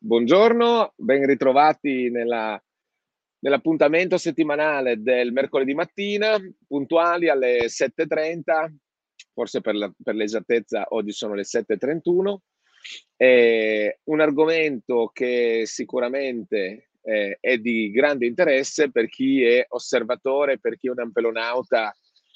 Buongiorno, ben ritrovati nell'appuntamento settimanale del mercoledì mattina, puntuali alle 7:30, forse per l'esattezza oggi sono le 7:31. Un argomento che sicuramente è di grande interesse per chi è osservatore, per chi è un ampelonauta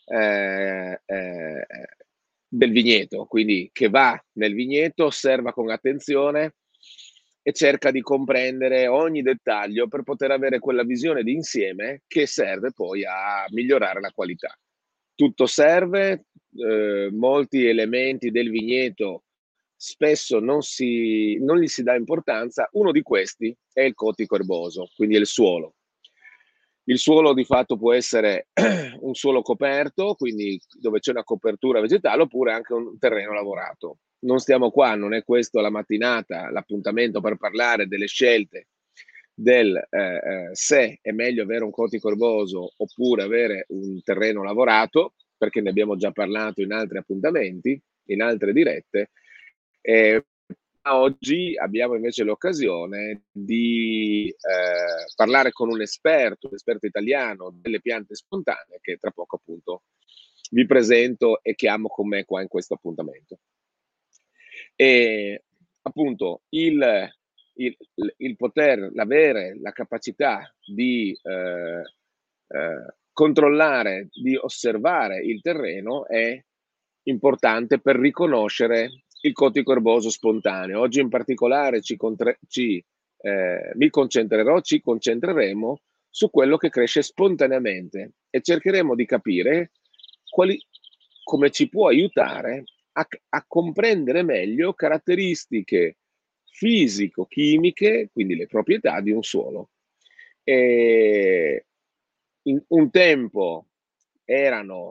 del vigneto, quindi che va nel vigneto, osserva con attenzione e cerca di comprendere ogni dettaglio per poter avere quella visione di insieme che serve poi a migliorare la qualità. Tutto serve, molti elementi del vigneto spesso non gli si dà importanza. Uno di questi è il cotico erboso, quindi è il suolo. Il suolo di fatto può essere un suolo coperto, quindi dove c'è una copertura vegetale, oppure anche un terreno lavorato. Non stiamo qua, non è questo la mattinata, l'appuntamento per parlare delle scelte del se è meglio avere un cotico erboso oppure avere un terreno lavorato, perché ne abbiamo già parlato in altri appuntamenti, in altre dirette. Oggi abbiamo invece l'occasione di parlare con un esperto italiano delle piante spontanee che tra poco appunto vi presento e che amo con me qua in questo appuntamento. E appunto il poter, l'avere la capacità di controllare, di osservare il terreno è importante per riconoscere il cotico erboso spontaneo. Oggi in particolare ci concentreremo su quello che cresce spontaneamente e cercheremo di capire quali, come ci può aiutare a comprendere meglio caratteristiche fisico-chimiche, quindi le proprietà di un suolo. E un tempo erano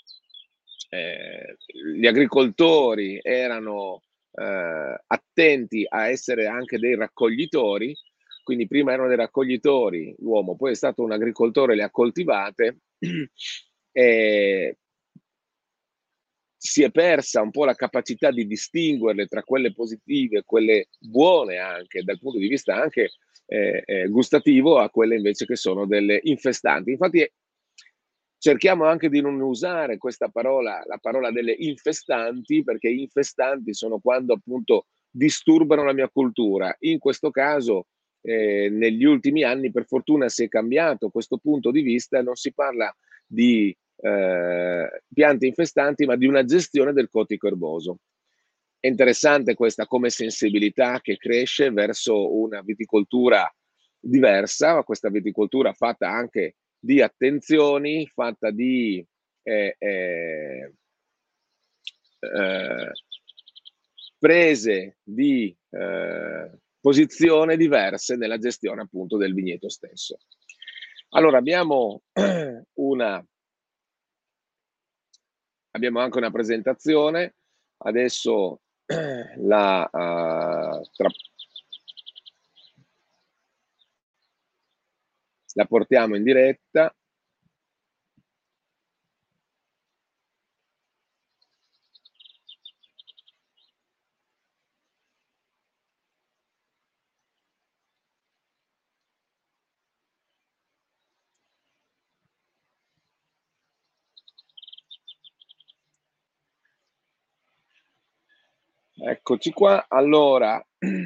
gli agricoltori erano attenti a essere anche dei raccoglitori, quindi prima erano dei raccoglitori l'uomo, poi è stato un agricoltore, le ha coltivate e si è persa un po' la capacità di distinguerle tra quelle positive e quelle buone anche dal punto di vista anche gustativo a quelle invece che sono delle infestanti. Infatti cerchiamo anche di non usare questa parola, la parola delle infestanti, perché infestanti sono quando appunto disturbano la mia cultura. In questo caso, negli ultimi anni, per fortuna si è cambiato questo punto di vista, non si parla di piante infestanti, ma di una gestione del cotico erboso. È interessante questa come sensibilità che cresce verso una viticoltura diversa, questa viticoltura fatta anche di attenzioni, fatta di eh, eh, eh, prese di posizione diverse nella gestione appunto del vigneto stesso. Allora abbiamo anche una presentazione, adesso la portiamo in diretta. Eccoci qua. Allora,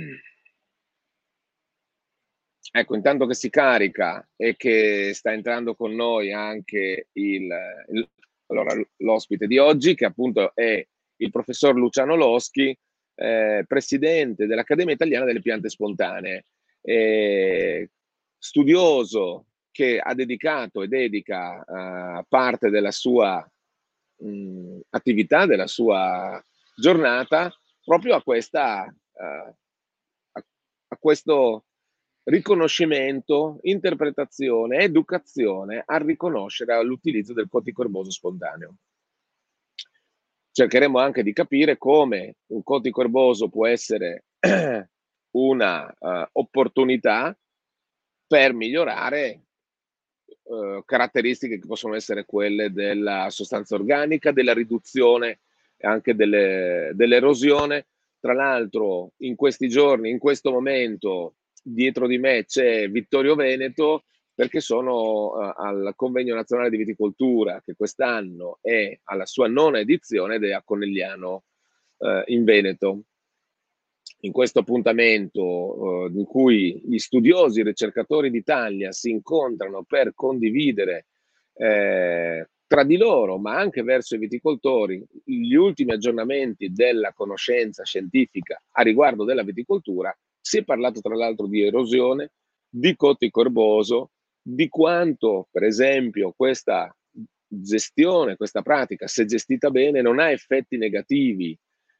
ecco, intanto che si carica e che sta entrando con noi anche allora, l'ospite di oggi, che appunto è il professor Luciano Loschi, presidente dell'Accademia Italiana delle Piante Spontanee, studioso che ha dedicato e dedica parte della sua attività, della sua giornata proprio a questo riconoscimento, interpretazione, educazione a riconoscere l'utilizzo del cotico erboso spontaneo. Cercheremo anche di capire come un cotico erboso può essere una opportunità per migliorare caratteristiche che possono essere quelle della sostanza organica, della riduzione anche dell'erosione, Tra l'altro in questi giorni, in questo momento, dietro di me c'è Vittorio Veneto, perché sono al Convegno Nazionale di Viticoltura, che quest'anno è alla sua nona edizione ed è a Conegliano, in Veneto. In questo appuntamento in cui gli studiosi e ricercatori d'Italia si incontrano per condividere tra di loro, ma anche verso i viticoltori, gli ultimi aggiornamenti della conoscenza scientifica a riguardo della viticoltura, si è parlato tra l'altro di erosione, di cotico erboso, di quanto, per esempio, questa gestione, questa pratica, se gestita bene, non ha effetti negativi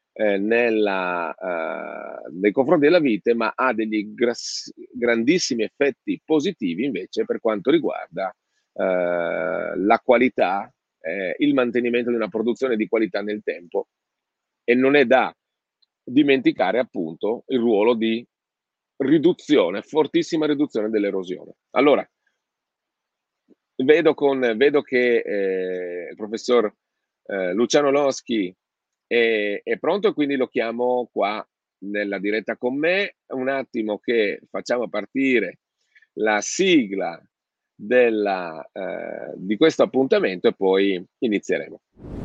nei confronti della vite, ma ha degli grandissimi effetti positivi invece per quanto riguarda la qualità, il mantenimento di una produzione di qualità nel tempo. E non è da dimenticare appunto il ruolo di riduzione, fortissima riduzione dell'erosione. Allora, vedo che il professor Luciano Loschi è pronto e quindi lo chiamo qua nella diretta con me. Un attimo che facciamo partire la sigla di questo appuntamento e poi inizieremo.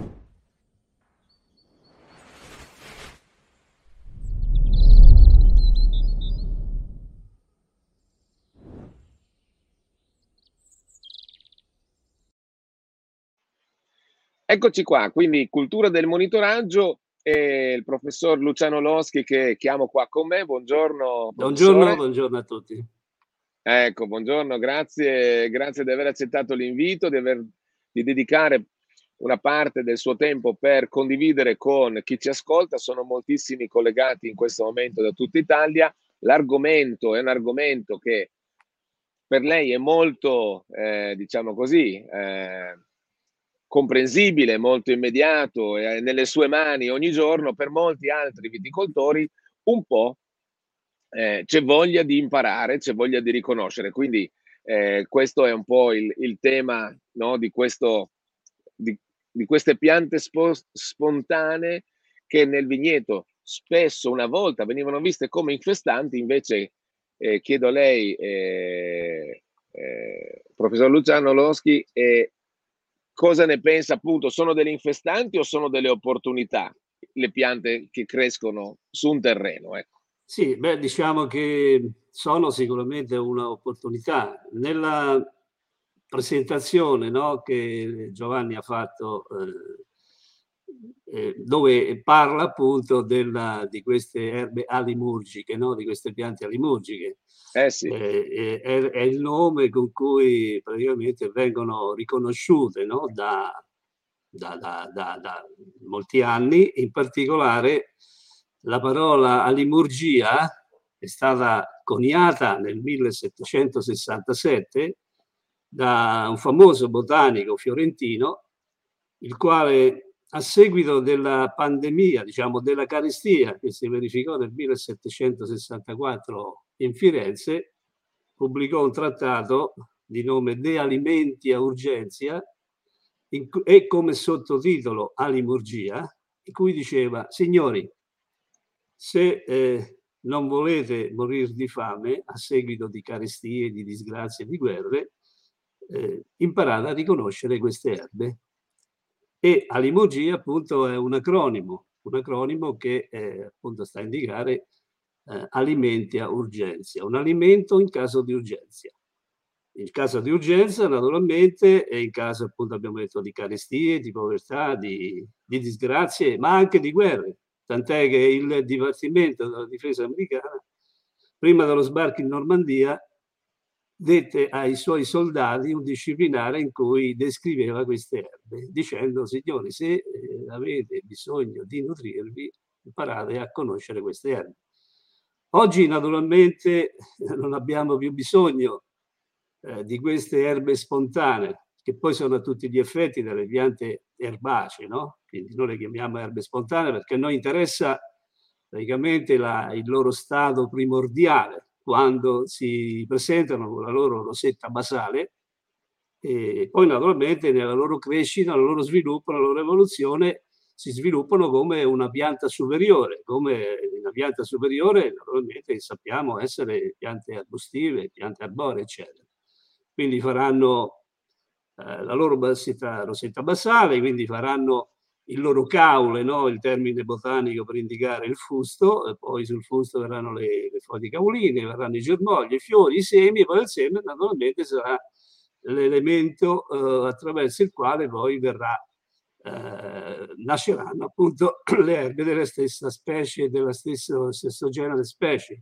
Eccoci qua, quindi cultura del monitoraggio e il professor Luciano Loschi che chiamo qua con me. Buongiorno professore. Buongiorno a tutti. Ecco, buongiorno, grazie di aver accettato l'invito, di dedicare una parte del suo tempo per condividere con chi ci ascolta. Sono moltissimi collegati in questo momento da tutta Italia. L'argomento è un argomento che per lei è molto, diciamo così, comprensibile, molto immediato, è nelle sue mani ogni giorno. Per molti altri viticoltori un po' c'è voglia di imparare, c'è voglia di riconoscere. Quindi questo è un po' il tema, no, di queste piante spontanee che nel vigneto spesso una volta venivano viste come infestanti, invece chiedo a lei, professor Luciano Loschi, cosa ne pensa appunto? Sono delle infestanti o sono delle opportunità le piante che crescono su un terreno? Ecco. Sì, diciamo che sono sicuramente un'opportunità. Nella presentazione, no, che Giovanni ha fatto, dove parla appunto di queste erbe alimurgiche, no, di queste piante alimurgiche. Sì. È il nome con cui praticamente vengono riconosciute, no, da molti anni. In particolare la parola alimurgia è stata coniata nel 1767 da un famoso botanico fiorentino, il quale, a seguito della pandemia, diciamo della carestia che si verificò nel 1764 in Firenze, pubblicò un trattato di nome De Alimentia Urgentia e come sottotitolo Alimurgia, in cui diceva: signori, se non volete morire di fame a seguito di carestie, di disgrazie, di guerre, imparate a riconoscere queste erbe. E alimurgia appunto è un acronimo che appunto sta a indicare alimentia urgentia, un alimento in caso di urgenza. In caso di urgenza, naturalmente, e in caso appunto abbiamo detto di carestie, di povertà, di disgrazie, ma anche di guerre. Tant'è che il Dipartimento della Difesa americana, prima dello sbarco in Normandia, dette ai suoi soldati un disciplinare in cui descriveva queste erbe, dicendo: signori, se avete bisogno di nutrirvi, imparate a conoscere queste erbe. Oggi naturalmente non abbiamo più bisogno di queste erbe spontanee, che poi sono a tutti gli effetti delle piante erbacee, no? Quindi noi le chiamiamo erbe spontanee perché a noi interessa praticamente il loro stato primordiale, quando si presentano con la loro rosetta basale, e poi naturalmente nella loro crescita, nel loro sviluppo, nella loro evoluzione si sviluppano come una pianta superiore, come una pianta superiore naturalmente sappiamo essere piante arbustive, piante arboree, eccetera. Quindi faranno la loro rosetta basale, quindi faranno il loro caule, no? Il termine botanico per indicare il fusto, e poi sul fusto verranno le foglie cauline, verranno i germogli, i fiori, i semi, e poi il seme naturalmente sarà l'elemento attraverso il quale poi nasceranno appunto le erbe della stessa specie, dello stesso genere specie.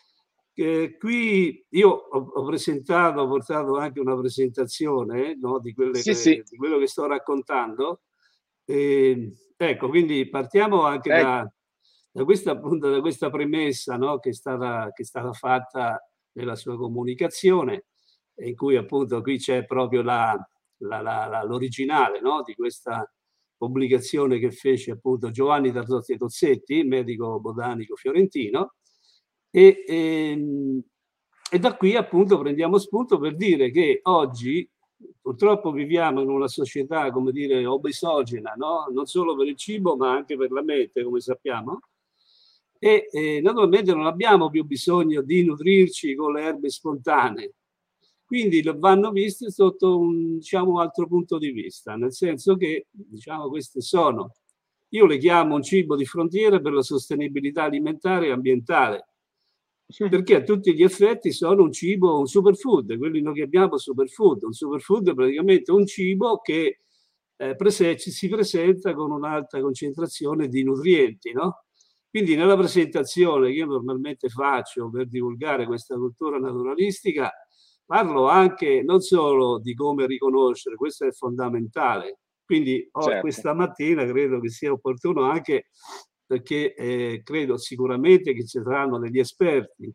Qui io ho portato anche una presentazione, no, di quello che sto raccontando. Ecco, quindi partiamo anche da questa premessa, no, che è stata fatta nella sua comunicazione, in cui appunto qui c'è proprio l'originale, no, di questa pubblicazione che fece appunto Giovanni Tardotti Tozzetti, medico botanico fiorentino, e da qui appunto prendiamo spunto per dire che oggi purtroppo viviamo in una società, come dire, obesogena, no? Non solo per il cibo ma anche per la mente, come sappiamo, e naturalmente non abbiamo più bisogno di nutrirci con le erbe spontanee, quindi vanno viste sotto un, diciamo, altro punto di vista, nel senso che, diciamo, queste sono, io le chiamo un cibo di frontiera per la sostenibilità alimentare e ambientale, perché a tutti gli effetti sono un cibo, un superfood, quelli noi chiamiamo superfood. Un superfood è praticamente un cibo che si presenta con un'alta concentrazione di nutrienti, no? Quindi nella presentazione che io normalmente faccio per divulgare questa cultura naturalistica, parlo anche non solo di come riconoscere, questo è fondamentale. Quindi questa mattina credo che sia opportuno anche perché credo sicuramente che ci saranno degli esperti,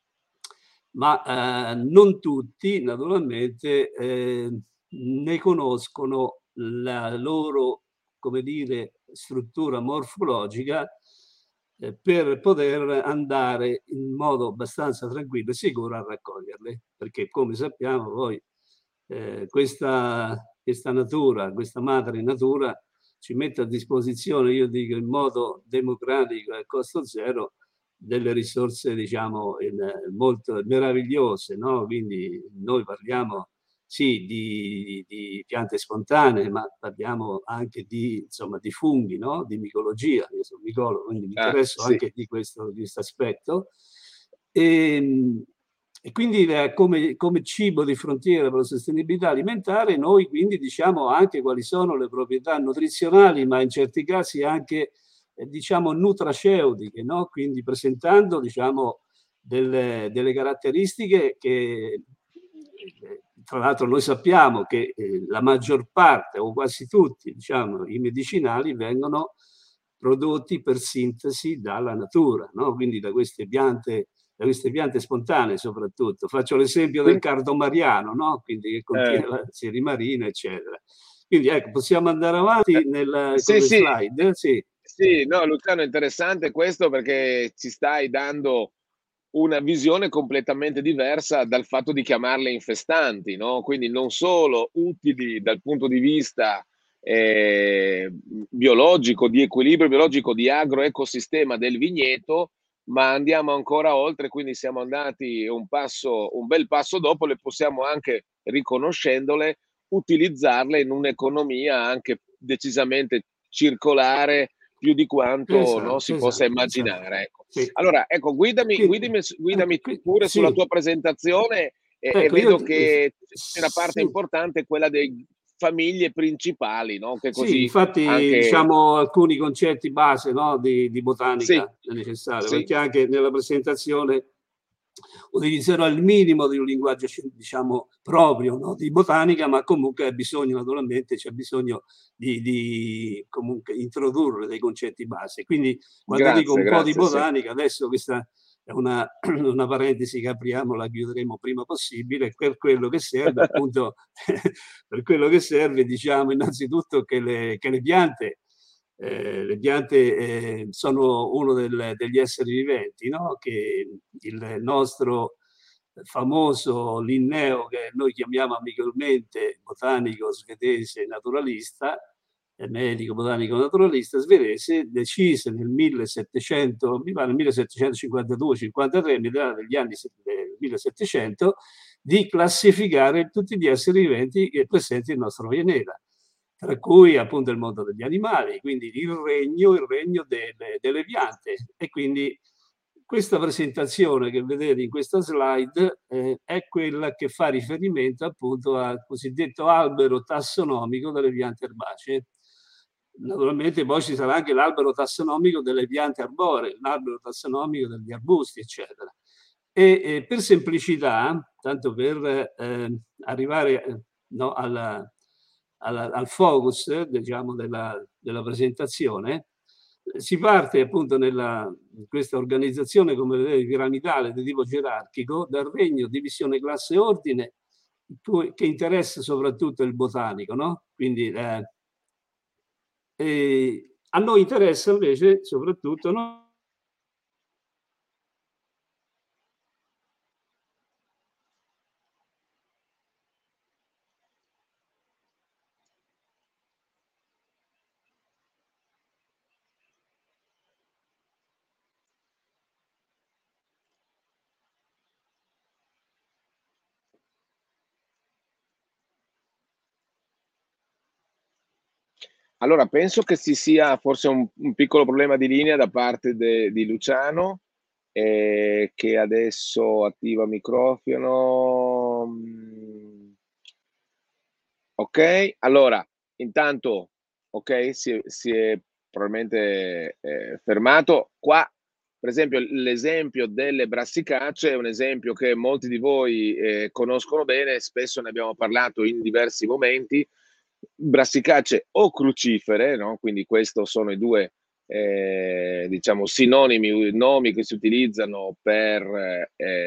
ma non tutti naturalmente ne conoscono la loro, come dire, struttura morfologica per poter andare in modo abbastanza tranquillo e sicuro a raccoglierle, perché come sappiamo poi questa natura, questa madre natura ci mette a disposizione, io dico in modo democratico e a costo zero, delle risorse, diciamo, molto meravigliose, no? Quindi noi parliamo sì di piante spontanee, ma parliamo anche insomma, di funghi, no? Di micologia. Io sono micologo, quindi mi interesso anche di questo aspetto. E quindi come cibo di frontiera per la sostenibilità alimentare, noi quindi diciamo anche quali sono le proprietà nutrizionali, ma in certi casi anche diciamo nutraceutiche, no? Quindi presentando diciamo delle caratteristiche che tra l'altro noi sappiamo che la maggior parte o quasi tutti diciamo i medicinali vengono prodotti per sintesi dalla natura, no? Quindi da queste piante spontanee soprattutto. Faccio l'esempio del cardomariano, no? Quindi che contiene la sirimarina, eccetera. Quindi ecco, possiamo andare avanti con le slide? Sì, no, Luciano, è interessante questo perché ci stai dando una visione completamente diversa dal fatto di chiamarle infestanti, no? Quindi non solo utili dal punto di vista biologico, di equilibrio biologico, di agroecosistema del vigneto, ma andiamo ancora oltre, quindi siamo andati un bel passo dopo, le possiamo anche, riconoscendole, utilizzarle in un'economia anche decisamente circolare, più di quanto no, si possa immaginare. Ecco. Sì. Allora, ecco, guidami pure sulla tua presentazione e vedo che c'è una parte importante, quella delle famiglie principali, no? Che così infatti anche... diciamo alcuni concetti base, no, di botanica è necessario, perché anche nella presentazione utilizzerò il minimo di un linguaggio diciamo proprio, no, di botanica, ma comunque c'è bisogno di comunque introdurre dei concetti base. Quindi quando dico un po' di botanica, adesso questa è una parentesi che apriamo, la chiuderemo prima possibile, per quello che serve appunto per quello che serve diciamo innanzitutto che le piante sono uno degli esseri viventi, no? Che il nostro famoso Linneo, che noi chiamiamo amichevolmente botanico svedese naturalista, medico, botanico, naturalista svedese, decise nel 1700, mi pare 1752-53, mi dà degli anni 1700, di classificare tutti gli esseri viventi presenti nel nostro pianeta, tra cui appunto il mondo degli animali, quindi il regno delle piante. E quindi questa presentazione che vedete in questa slide è quella che fa riferimento appunto al cosiddetto albero tassonomico delle piante erbacee. Naturalmente poi ci sarà anche l'albero tassonomico delle piante arboree, l'albero tassonomico degli arbusti, eccetera. E per semplicità, tanto per arrivare no, al focus, diciamo, della presentazione, si parte appunto in questa organizzazione, come vedete, piramidale di tipo gerarchico, dal regno, divisione, classe e ordine, che interessa soprattutto il botanico, no? Quindi a noi interessa invece soprattutto Allora, penso che ci sia forse un piccolo problema di linea da parte di Luciano, che adesso attiva microfono. Ok, allora, intanto, ok, si è probabilmente fermato. Qua, per esempio, l'esempio delle brassicacee è un esempio che molti di voi conoscono bene, spesso ne abbiamo parlato in diversi momenti. Brassicacee o crucifere, no? Quindi questi sono i due diciamo sinonimi, nomi che si utilizzano per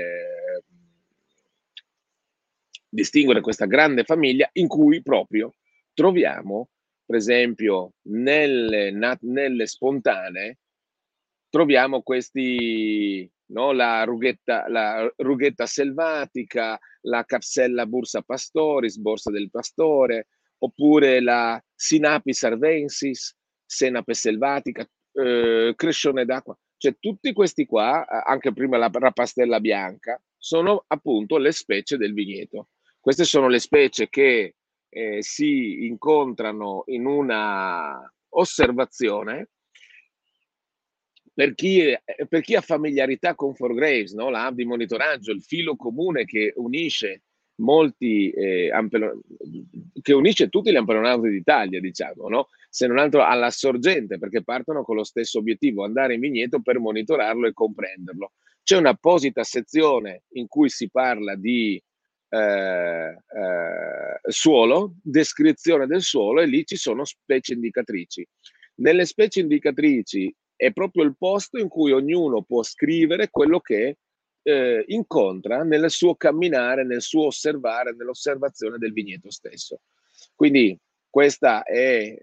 distinguere questa grande famiglia in cui proprio troviamo, per esempio, nelle spontanee, troviamo questi, no? La rughetta selvatica, la Capsella bursa pastoris, borsa del pastore, oppure la Sinapis arvensis, senape selvatica, crescione d'acqua. Cioè tutti questi qua, anche prima la rapastella bianca, sono appunto le specie del vigneto. Queste sono le specie che si incontrano in una osservazione. Per chi ha familiarità con 4Graves, no? La app di monitoraggio, il filo comune che unisce che unisce tutti gli ampelonauti d'Italia, diciamo, no? Se non altro alla sorgente, perché partono con lo stesso obiettivo, andare in vigneto per monitorarlo e comprenderlo. C'è un'apposita sezione in cui si parla di suolo, descrizione del suolo, e lì ci sono specie indicatrici. Nelle specie indicatrici è proprio il posto in cui ognuno può scrivere quello che incontra nel suo camminare, nel suo osservare, nell'osservazione del vigneto stesso. Quindi questa è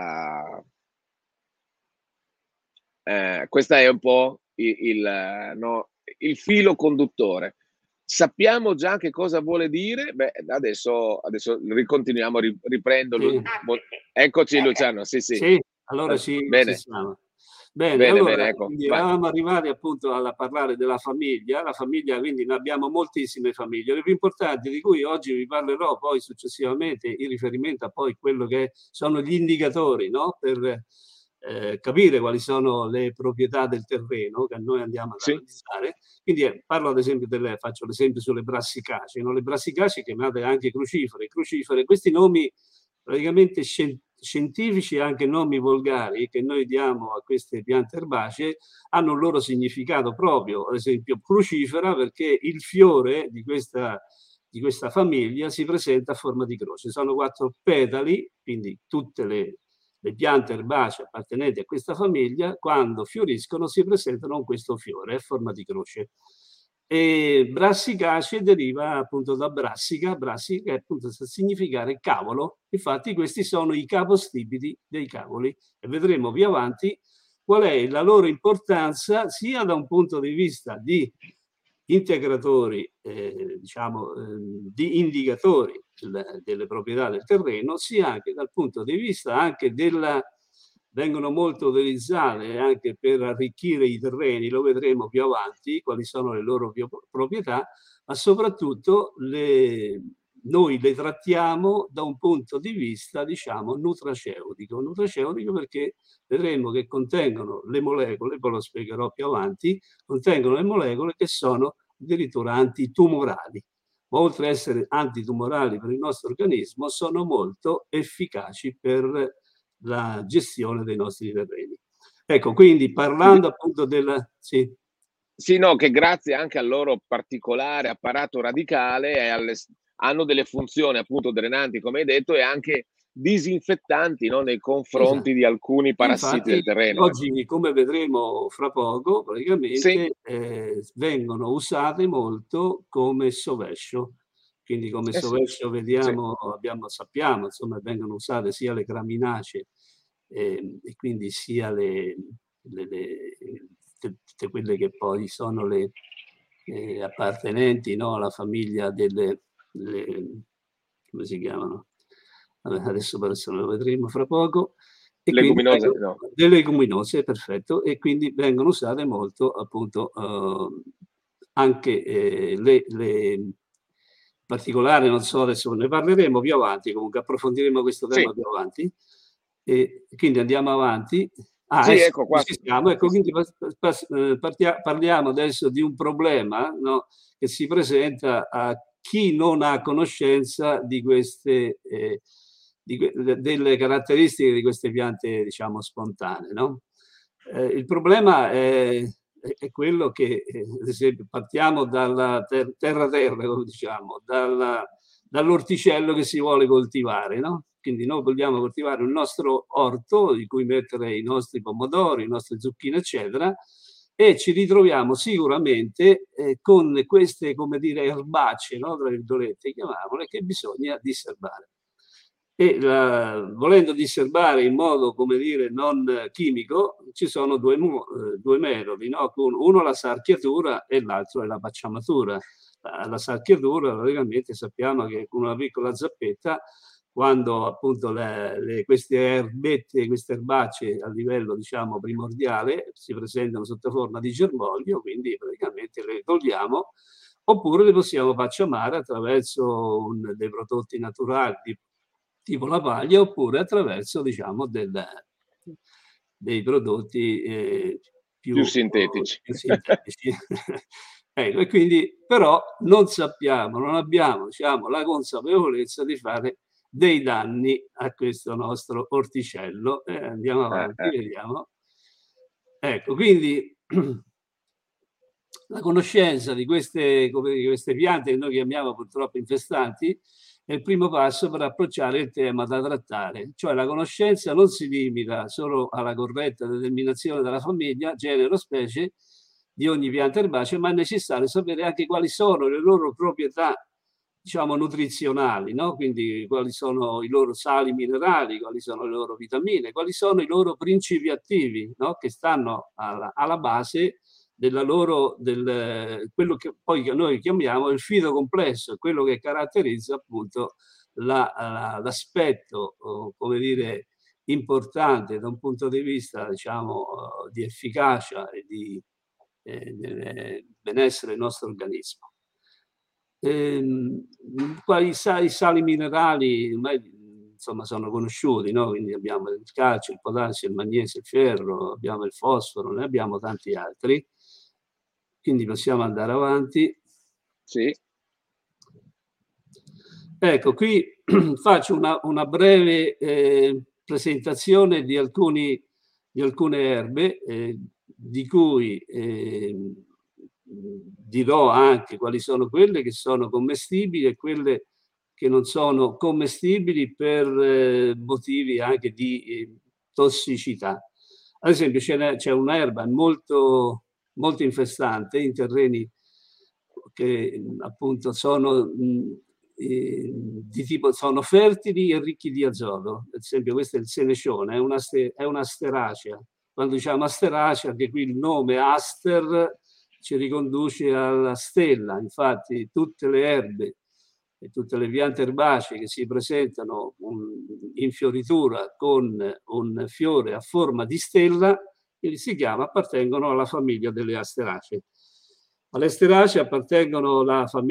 questa è un po' il filo conduttore. Sappiamo già che cosa vuole dire? Beh, adesso ricontinuiamo, riprendo. Sì. Eccoci Luciano, sì. Sì, allora bene. ci siamo. Bene, allora ecco, eravamo arrivati appunto a parlare della famiglia. La famiglia, quindi ne abbiamo moltissime famiglie. Le più importanti, di cui oggi vi parlerò poi successivamente in riferimento a poi quello che sono gli indicatori, no? Per capire quali sono le proprietà del terreno che noi andiamo ad analizzare. Quindi parlo ad esempio faccio l'esempio sulle brassicacee, no? Le brassicacee chiamate anche crucifere, questi nomi praticamente scientifici e anche nomi volgari che noi diamo a queste piante erbacee hanno un loro significato proprio. Ad esempio crucifera perché il fiore di questa famiglia si presenta a forma di croce. Sono 4 petali, quindi tutte le piante erbacee appartenenti a questa famiglia, quando fioriscono si presentano con questo fiore a forma di croce. E brassicacee deriva appunto da brassica che appunto sta a significare cavolo. Infatti questi sono i capostipiti dei cavoli e vedremo più avanti qual è la loro importanza sia da un punto di vista di integratori, diciamo, di indicatori delle proprietà del terreno, sia anche dal punto di vista anche vengono molto utilizzate anche per arricchire i terreni, lo vedremo più avanti, quali sono le loro proprietà, ma soprattutto noi le trattiamo da un punto di vista, diciamo, nutraceutico perché vedremo che contengono le molecole, poi lo spiegherò più avanti, contengono le molecole che sono addirittura antitumorali. Oltre ad essere antitumorali per il nostro organismo, sono molto efficaci per la gestione dei nostri terreni. Ecco, quindi parlando appunto della... Sì. Sì, no, che grazie anche al loro particolare apparato radicale hanno delle funzioni appunto drenanti, come hai detto, e anche disinfettanti, no, nei confronti di alcuni parassiti Infatti, del terreno. oggi, come vedremo fra poco, praticamente vengono usate molto come sovescio. Quindi come sovescio vediamo, sappiamo, insomma, vengono usate sia le graminacee e quindi sia tutte quelle che poi sono le appartenenti, no, alla famiglia come si chiamano? Adesso lo vedremo fra poco. E leguminose, no. Le leguminose, perfetto, e quindi vengono usate molto appunto anche in particolare, non so, adesso ne parleremo più avanti, comunque approfondiremo questo tema più avanti, e quindi andiamo avanti. Ecco qua. Ecco, quindi parliamo adesso di un problema, no, che si presenta a chi non ha conoscenza di queste delle caratteristiche di queste piante, diciamo, spontanee, no? Il problema è quello che, ad esempio, partiamo dalla terra, come diciamo, dall'orticello che si vuole coltivare, no? Quindi noi vogliamo coltivare un nostro orto in cui mettere i nostri pomodori, i nostri zucchine, eccetera, e ci ritroviamo sicuramente con queste, come dire, erbacee, no? Tra virgolette, chiamiamole, che bisogna disserbare. E volendo disserbare in modo, come dire, non chimico, ci sono due metodi, no? Uno la sarchiatura e l'altro è la pacciamatura. La sarchiatura, praticamente sappiamo che con una piccola zappetta, quando appunto queste erbette, queste erbacee a livello, diciamo, primordiale si presentano sotto forma di germoglio, quindi praticamente le togliamo, oppure le possiamo pacciamare attraverso dei prodotti naturali tipo la paglia, oppure attraverso, diciamo, dei prodotti più sintetici. Ecco, e quindi però non abbiamo, diciamo, la consapevolezza di fare dei danni a questo nostro orticello. Andiamo avanti, vediamo. Ecco, quindi la conoscenza di queste piante che noi chiamiamo purtroppo infestanti è il primo passo per approcciare il tema da trattare. Cioè la conoscenza non si limita solo alla corretta determinazione della famiglia, genere o specie di ogni pianta erbacea, ma è necessario sapere anche quali sono le loro proprietà, diciamo, nutrizionali, no? Quindi quali sono i loro sali minerali, quali sono le loro vitamine, quali sono i loro principi attivi, no? Che stanno alla base quello che poi noi chiamiamo il fitocomplesso, quello che caratterizza appunto l'aspetto, come dire, importante da un punto di vista, diciamo, di efficacia e di benessere del nostro organismo. I sali minerali ormai, insomma, sono conosciuti, no? Quindi abbiamo il calcio, il potassio, il magnesio, il ferro, abbiamo il fosforo, ne abbiamo tanti altri. Quindi possiamo andare avanti. Sì. Ecco, qui faccio una breve presentazione di alcune erbe, di cui dirò anche quali sono quelle che sono commestibili e quelle che non sono commestibili per motivi anche di tossicità. Ad esempio c'è un'erba molto infestante in terreni che appunto sono di tipo, sono fertili e ricchi di azoto. Ad esempio questo è il senecione, è una asteracea. Quando diciamo asteracea, anche qui il nome aster ci riconduce alla stella. Infatti tutte le erbe e tutte le piante erbacee che si presentano in fioritura con un fiore a forma di stella appartengono alla famiglia delle Asteracee. Alle Asteracee appartengono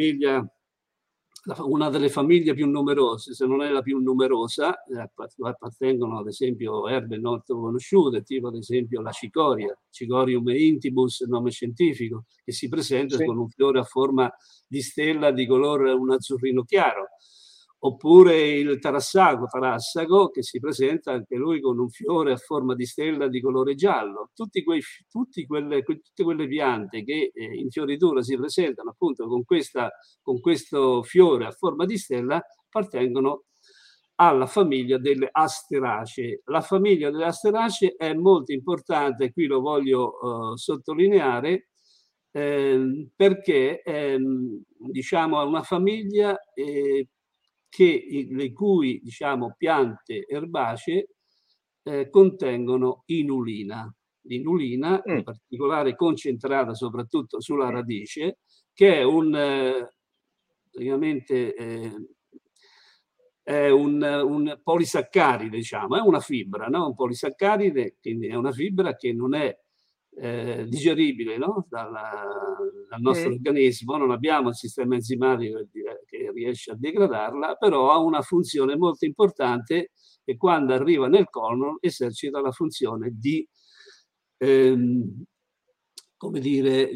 una delle famiglie più numerose, se non è la più numerosa, appartengono ad esempio erbe non conosciute, tipo ad esempio la cicoria, Cicorium intibus, nome scientifico, che si presenta con un fiore a forma di stella di colore un azzurrino chiaro, oppure il tarassaco, che si presenta anche lui con un fiore a forma di stella di colore giallo. Tutte quelle piante che in fioritura si presentano appunto con questo fiore a forma di stella appartengono alla famiglia delle Asteracee. La famiglia delle Asteracee è molto importante, qui lo voglio sottolineare, perché diciamo è una famiglia le cui diciamo piante erbacee contengono inulina. L'inulina, in particolare concentrata soprattutto sulla radice, che è praticamente è un polisaccaride, diciamo, è una fibra, no? Un polisaccaride, quindi è una fibra che non è digeribile, no? dal nostro organismo, non abbiamo il sistema enzimatico che riesce a degradarla, però ha una funzione molto importante e quando arriva nel colon esercita la funzione di come dire,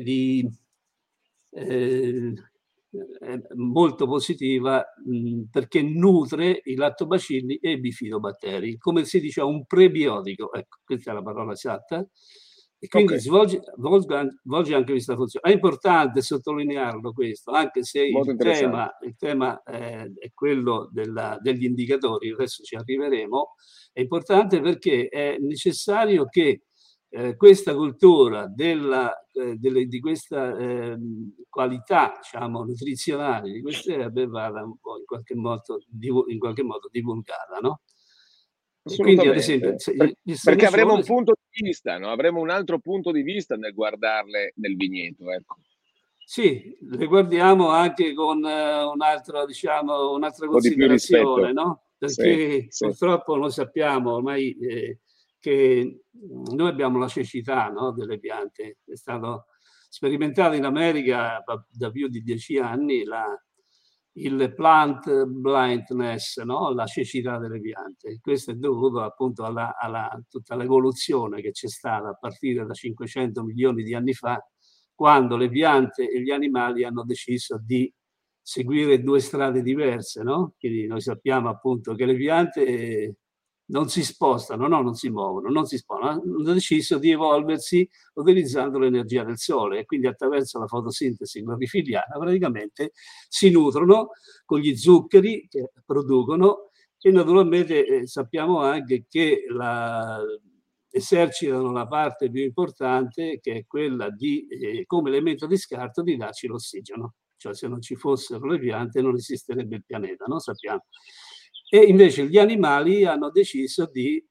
molto positiva perché nutre i lattobacilli e i bifidobatteri, come si dice un prebiotico, ecco, questa è la parola esatta, e quindi svolge anche questa funzione. È importante sottolinearlo questo, anche se il tema è quello degli indicatori, adesso ci arriveremo, è importante perché è necessario che questa cultura di questa qualità, diciamo, nutrizionale di queste erbe vada un po' in qualche modo divulgata, no? E quindi, ad esempio, perché avremo un punto di vista, no? Avremo un altro punto di vista nel guardarle nel vigneto, ecco. Sì, le guardiamo anche con un'altra considerazione, no? Perché purtroppo noi sappiamo ormai che noi abbiamo la cecità, no, delle piante. È stato sperimentato in America da più di 10 anni il plant blindness, no? La cecità delle piante. Questo è dovuto appunto a tutta l'evoluzione che c'è stata a partire da 500 milioni di anni fa, quando le piante e gli animali hanno deciso di seguire due strade diverse, no? Quindi noi sappiamo appunto che le piante non si spostano, no? Non si muovono, non si spostano, hanno deciso di evolversi utilizzando l'energia del sole e quindi attraverso la fotosintesi clorofilliana praticamente si nutrono con gli zuccheri che producono e naturalmente sappiamo anche che esercitano la parte più importante, che è quella di, come elemento di scarto, di darci l'ossigeno. Cioè se non ci fossero le piante non esisterebbe il pianeta, no? Sappiamo. E invece gli animali hanno deciso di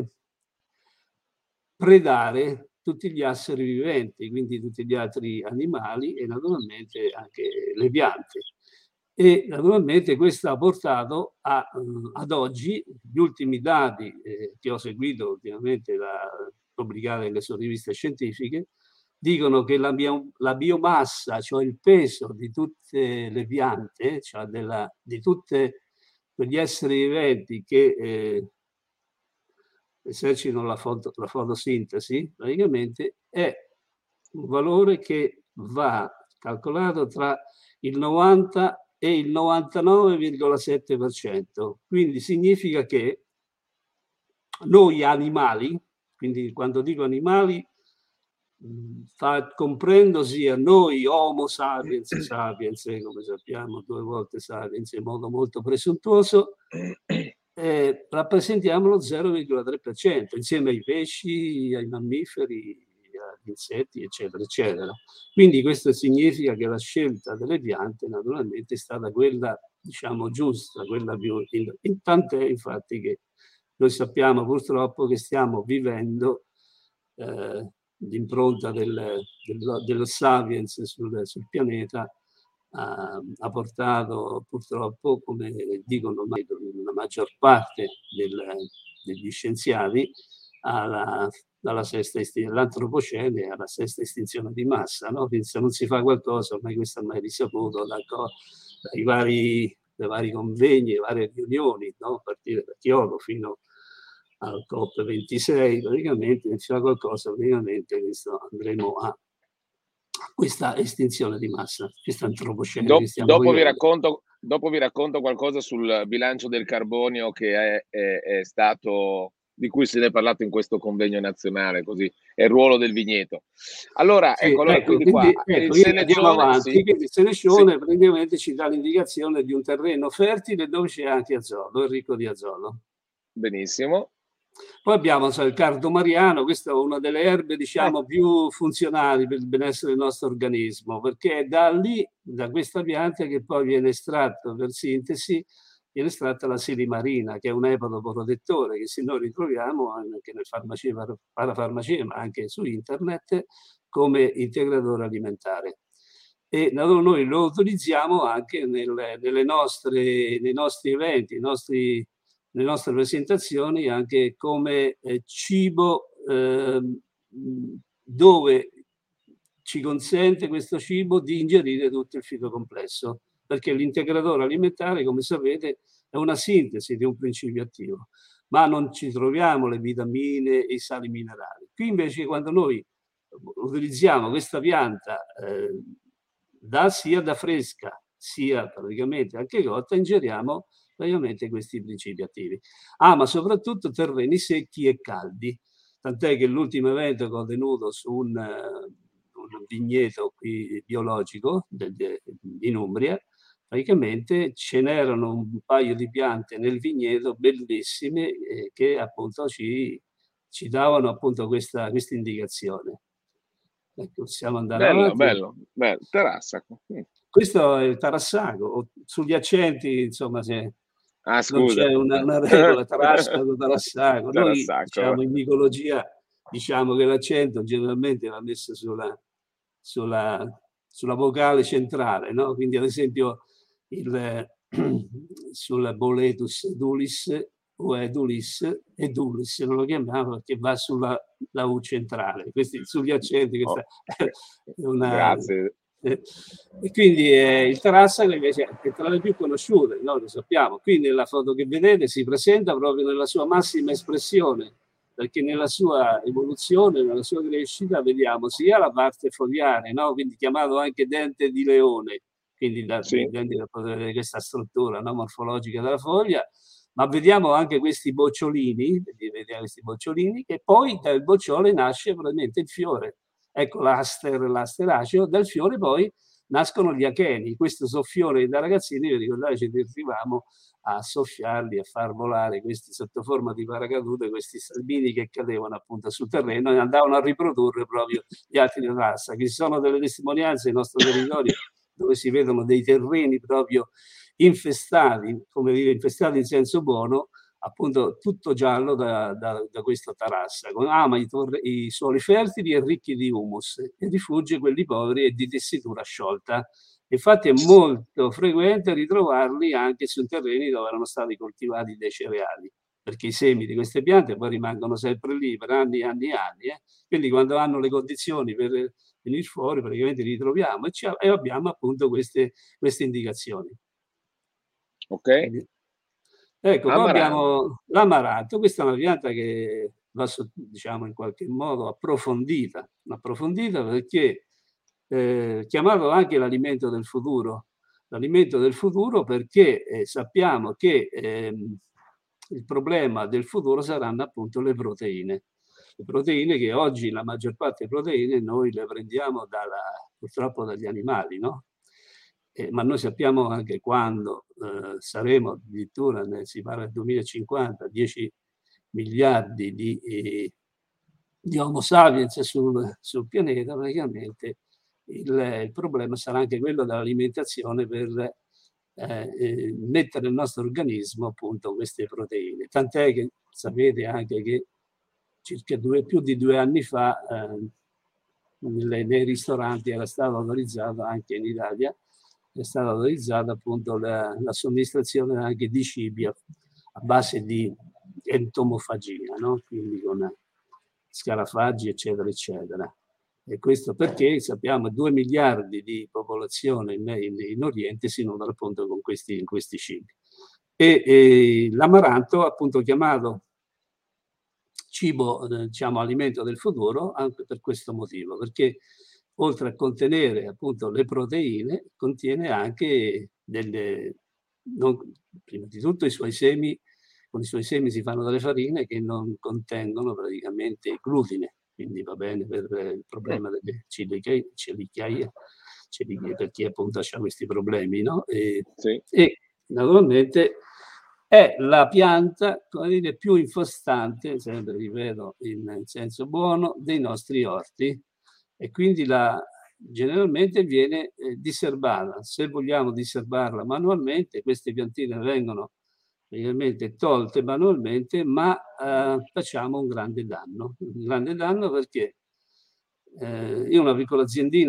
predare tutti gli esseri viventi, quindi tutti gli altri animali e naturalmente anche le piante. E naturalmente questo ha portato ad oggi, gli ultimi dati che ho seguito ultimamente pubblicati nelle sue riviste scientifiche, dicono che la biomassa, cioè il peso di tutte le piante, cioè di tutti quegli esseri viventi che esercitano la fotosintesi, praticamente è un valore che va calcolato tra il 90 e il 99,7%. Quindi significa che noi animali, quindi quando dico animali, comprendo sia noi Homo sapiens, come sappiamo, 2 volte sapiens in modo molto presuntuoso, rappresentiamo lo 0,3% insieme ai pesci, ai mammiferi, agli insetti, eccetera, eccetera. Quindi questo significa che la scelta delle piante naturalmente è stata quella, diciamo, giusta, quella più tant'è infatti che noi sappiamo purtroppo che stiamo vivendo l'impronta dello Sapiens sul pianeta ha portato purtroppo, come dicono ormai la maggior parte degli scienziati, all'antropocene, alla sesta estinzione di massa, no? Quindi se non si fa qualcosa, ormai questo è ormai risaputo dai vari convegni, le varie riunioni, no? A partire da Kyoto fino al COP26, praticamente, se si fa qualcosa, praticamente andremo a questa estinzione di massa, questa antropocene che stiamo vivendo. Dopo vi racconto qualcosa sul bilancio del carbonio che è stato, di cui se ne è parlato in questo convegno nazionale, così è il ruolo del vigneto. Allora, sì, quindi qua il andiamo avanti. sì, Quindi il Seneccione praticamente ci dà l'indicazione di un terreno fertile dove c'è anche azzolo, è ricco di azzolo. Benissimo. Poi abbiamo il cardo mariano, questa è una delle erbe, diciamo, più funzionali per il benessere del nostro organismo, perché è da questa pianta, che poi viene estratto per sintesi, viene estratta la silimarina, che è un epatoprotettore che se noi ritroviamo anche nel parafarmacia, ma anche su internet, come integratore alimentare. E noi lo utilizziamo anche nei nostri eventi, le nostre presentazioni, anche come cibo, dove ci consente questo cibo di ingerire tutto il fitocomplesso, perché l'integratore alimentare, come sapete, è una sintesi di un principio attivo, ma non ci troviamo le vitamine e i sali minerali. Qui invece, quando noi utilizziamo questa pianta sia da fresca sia praticamente anche cotta, ingeriamo praticamente questi principi attivi. Ma soprattutto terreni secchi e caldi, tant'è che l'ultimo evento che ho tenuto su un vigneto qui biologico in Umbria, praticamente ce n'erano un paio di piante nel vigneto bellissime che appunto ci davano appunto questa indicazione. Ecco, possiamo andare avanti. Bello, Tarassaco. Questo è il Tarassaco. Sugli accenti, insomma, non c'è scusa. una regola, Tarassaco, Tarassaco. Noi, Tarassaco. diciamo, in micologia, diciamo che l'accento generalmente va messo sulla vocale centrale, no? Quindi, ad esempio, sulla boletus edulis o edulis, non lo chiamiamo perché va sulla U centrale. Questi sugli accenti, questa è una... Grazie. E quindi il Tarassaco invece è tra le più conosciute, noi lo sappiamo. Qui nella foto che vedete si presenta proprio nella sua massima espressione, perché nella sua evoluzione, nella sua crescita, vediamo sia la parte fogliare, no? Quindi chiamato anche dente di leone, quindi da vedere questa struttura, no? Morfologica della foglia, ma vediamo anche questi bocciolini, che poi dal bocciole nasce probabilmente il fiore. Ecco l'asteraceo, dal fiore poi nascono gli acheni. Questo soffione da ragazzini, vi ricordate, ci divertivamo a soffiarli, a far volare questi sotto forma di paracadute, questi salbini che cadevano appunto sul terreno e andavano a riprodurre proprio gli altri di razza. Ci sono delle testimonianze nel nostro territorio dove si vedono dei terreni proprio infestati, come dire, infestati in senso buono, appunto tutto giallo da questo Tarassaco. Ama i suoli fertili e ricchi di humus e rifugge quelli poveri e di tessitura sciolta. Infatti è molto frequente ritrovarli anche su terreni dove erano stati coltivati dei cereali, perché i semi di queste piante poi rimangono sempre lì per anni e anni e anni. Quindi quando hanno le condizioni per venire fuori praticamente li troviamo e abbiamo appunto queste indicazioni. Ok. Ecco, poi abbiamo l'amaranto. Questa è una pianta che va, diciamo, in qualche modo approfondita perché chiamato anche l'alimento del futuro. L'alimento del futuro perché sappiamo che il problema del futuro saranno appunto le proteine. Le proteine che oggi, la maggior parte delle proteine, noi le prendiamo purtroppo dagli animali, no? Ma noi sappiamo anche quando saremo addirittura, si parla del 2050, 10 miliardi di Homo sapiens sul pianeta, praticamente il problema sarà anche quello dell'alimentazione per mettere nel nostro organismo appunto queste proteine. Tant'è che sapete anche che circa più di 2 anni fa nei ristoranti era stato autorizzato, anche in Italia è stata autorizzata appunto la somministrazione anche di cibi a base di entomofagia, no? Quindi con scarafaggi, eccetera, eccetera. E questo perché sappiamo 2 miliardi di popolazione in Oriente si nutrono appunto con questi cibi. E l'amaranto, appunto chiamato cibo, diciamo, alimento del futuro, anche per questo motivo, perché oltre a contenere appunto le proteine, contiene anche prima di tutto i suoi semi. Con i suoi semi si fanno delle farine che non contengono praticamente glutine, quindi va bene per il problema delle celiachie, per chi appunto ha questi problemi, no? Sì. E naturalmente è la pianta, come dire, più infestante, sempre ripeto in senso buono, dei nostri orti, e quindi generalmente viene diserbata. Se vogliamo diserbarla manualmente, queste piantine vengono praticamente tolte manualmente, ma facciamo un grande danno perché io ho una piccola aziendina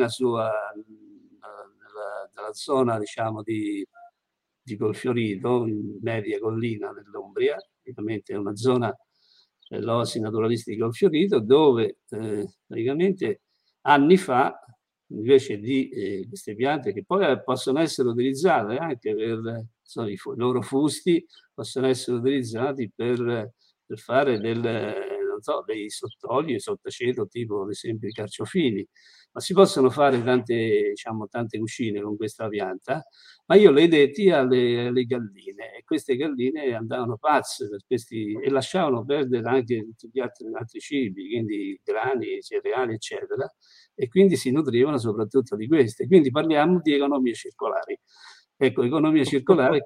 nella zona, diciamo, di Colfiorito, in media collina dell'Umbria, praticamente è una zona dell'Oasi naturalisti di Colfiorito, dove praticamente anni fa, invece di queste piante che poi possono essere utilizzate anche per i loro fusti, possono essere utilizzati per fare non so, dei sottoli sottoceto, tipo ad esempio i carciofini, ma si possono fare tante cucine con questa pianta. Ma io le detti alle galline, e queste galline andavano pazze per questi e lasciavano perdere anche tutti gli altri cibi, quindi grani, cereali, eccetera, e quindi si nutrivano soprattutto di queste. Quindi parliamo di economie circolari. Ecco, economia circolare,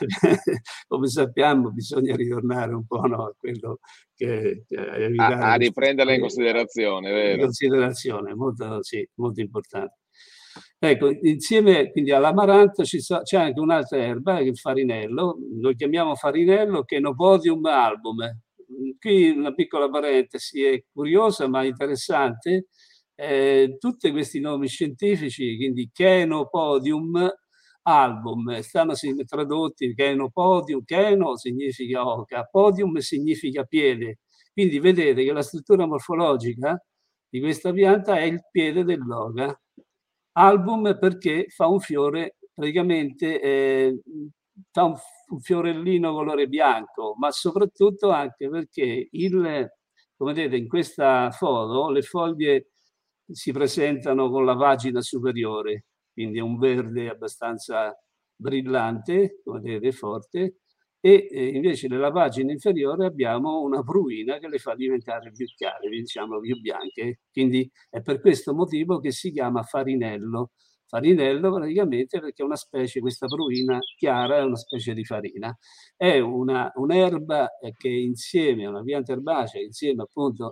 come sappiamo, bisogna ritornare un po', no, a quello che evitare a riprenderla in considerazione, in vero? considerazione, sì, molto importante. Ecco, insieme quindi all'amaranto c'è anche un'altra erba, che è il farinello, lo chiamiamo farinello, Chenopodium album. Qui una piccola parentesi, è curiosa ma interessante, tutti questi nomi scientifici, quindi Chenopodium album, stanno tradotti Chenopodium, Cheno significa oca, podium significa piede, quindi vedete che la struttura morfologica di questa pianta è il piede dell'oca. Album perché fa un fiore, praticamente fa un fiorellino colore bianco, ma soprattutto anche perché come vedete in questa foto, le foglie si presentano con la vagina superiore, quindi è un verde abbastanza brillante, come vedete, forte, e invece nella pagina inferiore abbiamo una pruina che le fa diventare più chiare, diciamo più bianche. Quindi è per questo motivo che si chiama farinello. Farinello praticamente perché è una specie, questa pruina chiara è una specie di farina. È un'erba che insieme, una pianta erbacea, insieme appunto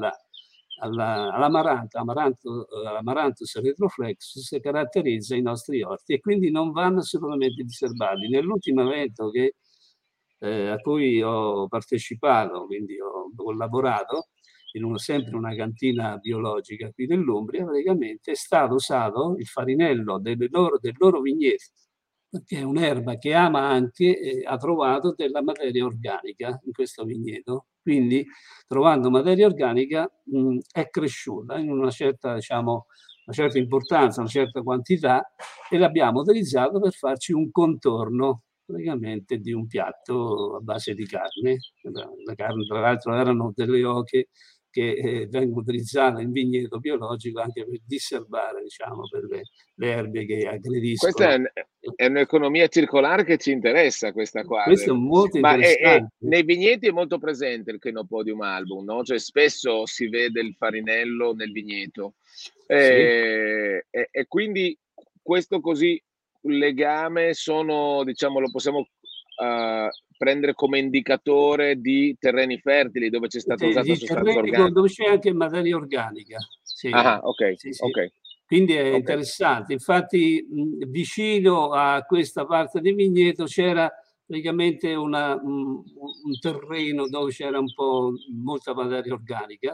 all'Amaranthus retroflexus caratterizza i nostri orti e quindi non vanno assolutamente diserbati. Nell'ultimo evento a cui ho partecipato, quindi ho collaborato, sempre una cantina biologica qui dell'Umbria, praticamente è stato usato il farinello del loro vigneto, perché è un'erba che ama anche, ha trovato della materia organica in questo vigneto. Quindi, trovando materia organica, è cresciuta in una certa, diciamo, una certa importanza, una certa quantità, e l'abbiamo utilizzato per farci un contorno praticamente di un piatto a base di carne. La carne, tra l'altro, erano delle oche che vengono utilizzate in vigneto biologico anche per diserbare, diciamo, per le erbe che Questa aggrediscono. è un'economia circolare che ci interessa, questa qua. Questo è molto Ma interessante. nei vigneti è molto presente il Chenopodium album, no? Cioè spesso si vede il farinello nel vigneto. Sì. E quindi questo così legame diciamo, lo possiamo prendere come indicatore di terreni fertili dove c'è stata usata Di sostanza terreni organica. dove c'è anche materia organica. Sì, Ah, ok, sì, sì. ok. Quindi è Ok. interessante. Infatti, vicino a questa parte di vigneto c'era praticamente un terreno dove c'era molta materia organica,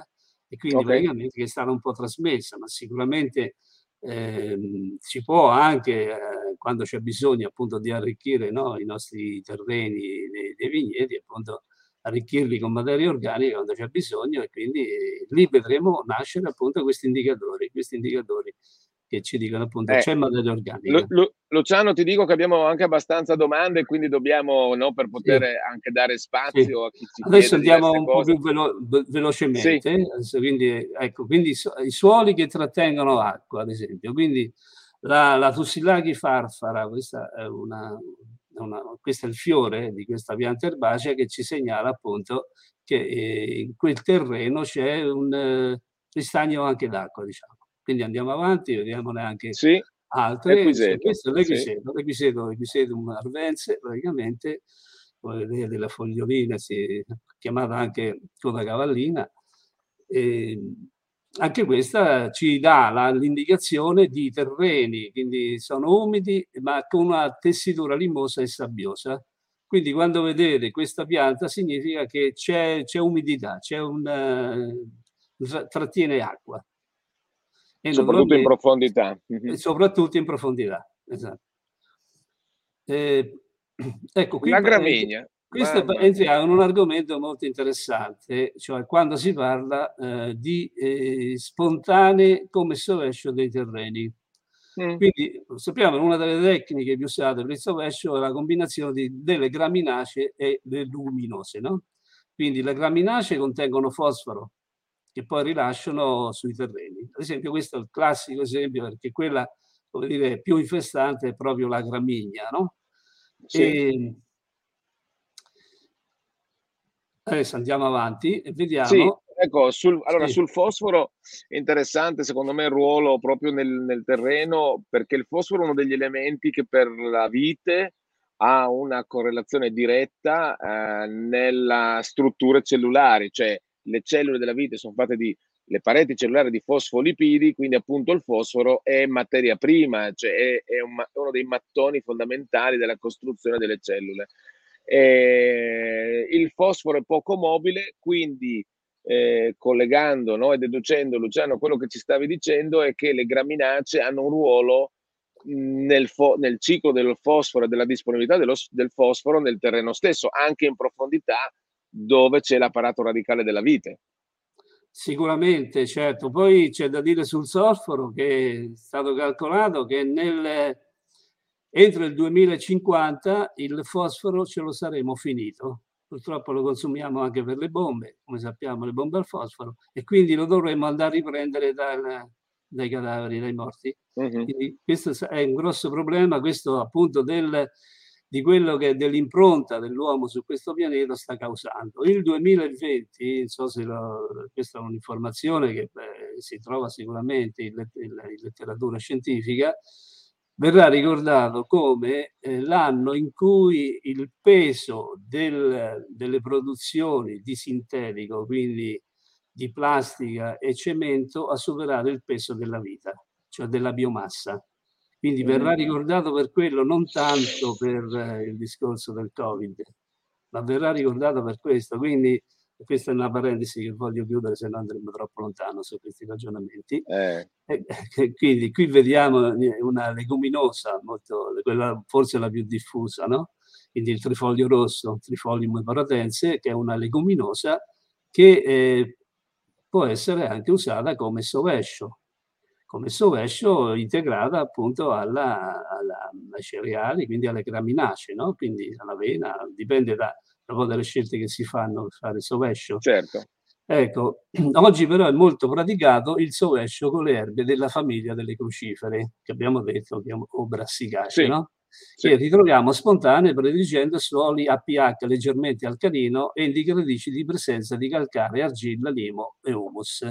e quindi Okay. praticamente che è stata un po' trasmessa, ma sicuramente si può anche, quando c'è bisogno appunto di arricchire, no, i nostri terreni dei vigneti, appunto arricchirli con materia organica quando c'è bisogno, e quindi lì vedremo nascere appunto questi indicatori che ci dicono appunto Eh, c'è materia organica. Luciano, ti dico che abbiamo anche abbastanza domande, quindi dobbiamo, no, per Sì, poter anche dare sì. spazio a chi ci Adesso chiede andiamo diverse un po' cose. più Sì, velocemente. Adesso quindi ecco, quindi i suoli che trattengono acqua, ad esempio. Quindi la Tusilagi farfara, questa è questo è il fiore di questa pianta erbacea che ci segnala appunto che, in quel terreno c'è un ristagno anche d'acqua, diciamo. Quindi andiamo avanti, vediamone anche sì, altre. Equiseto, Questo è sì. l'Equisetum arvense, praticamente, come vedete la fogliolina, chiamata anche coda cavallina. Anche questa ci dà l'indicazione di terreni, quindi sono umidi, ma con una tessitura limosa e sabbiosa. Quindi quando vedete questa pianta significa che c'è umidità, trattiene acqua. E Soprattutto in naturalmente profondità. e Mh-mh. soprattutto in profondità, Ehm, ecco qui La gramigna, questo mamma mia. entriamo in un argomento molto interessante, cioè quando si parla, di, spontanee come sovescio dei terreni. Mh, Quindi sappiamo che una delle tecniche più usate per il sovescio è la combinazione delle graminacee e le luminose, no, quindi le graminacee contengono fosforo, che poi rilasciano sui terreni. Ad esempio questo è il classico esempio, perché quella, come dire, più infestante è proprio la gramigna, no? sì. Ehm, adesso andiamo avanti e Sì, vediamo. ecco, Sì, sul fosforo è interessante secondo me il ruolo proprio nel terreno, perché il fosforo è uno degli elementi che per la vite ha una correlazione diretta, nella strutture cellulari, cioè le cellule della vite son fatte di le pareti cellulari di fosfolipidi, quindi appunto il fosforo è materia prima, cioè è uno dei mattoni fondamentali della costruzione delle cellule. Il fosforo è poco mobile, quindi collegando, no, e deducendo, Luciano, quello che ci stavi dicendo è che le graminacee hanno un ruolo nel ciclo del fosforo e della disponibilità del fosforo nel terreno stesso, anche in profondità dove c'è l'apparato radicale della vite. sicuramente, certo. Poi c'è da dire sul solforo che è stato calcolato che entro il 2050 il fosforo ce lo saremo finito. Purtroppo lo consumiamo anche per le bombe, come sappiamo, le bombe al fosforo, e quindi lo dovremo andare a riprendere dai cadaveri, dai morti. Mh-mh. Quindi questo è un grosso problema, questo appunto di quello che dell'impronta dell'uomo su questo pianeta sta causando. Il 2020, non so se questa è un'informazione che si trova sicuramente in letteratura scientifica, verrà ricordato come l'anno in cui il peso delle produzioni di sintetico, quindi di plastica e cemento, ha superato il peso della vita, cioè della biomassa. Quindi verrà Mh. ricordato per quello, non tanto per il discorso del Covid, ma verrà ricordato per questo. Quindi questa è una parentesi che voglio chiudere, se no andremo troppo lontano su questi ragionamenti. Eh. E quindi qui vediamo una leguminosa, molto, quella forse la più diffusa, no? Quindi il trifoglio rosso, Trifolium eparotense, che è una leguminosa che può essere anche usata come sovescio integrata appunto ai cereali, quindi alle graminacee, no? Quindi all'avena, dipende da poi dalle scelte che si fanno per fare il sovescio. Certo. Ecco, oggi però è molto praticato il sovescio con le erbe della famiglia delle crucifere, che abbiamo detto che o brassicacee, Sì, no? sì. Che ritroviamo spontanee prediligendo suoli a pH leggermente alcalino e indicatrici di presenza di calcare, argilla, limo e humus.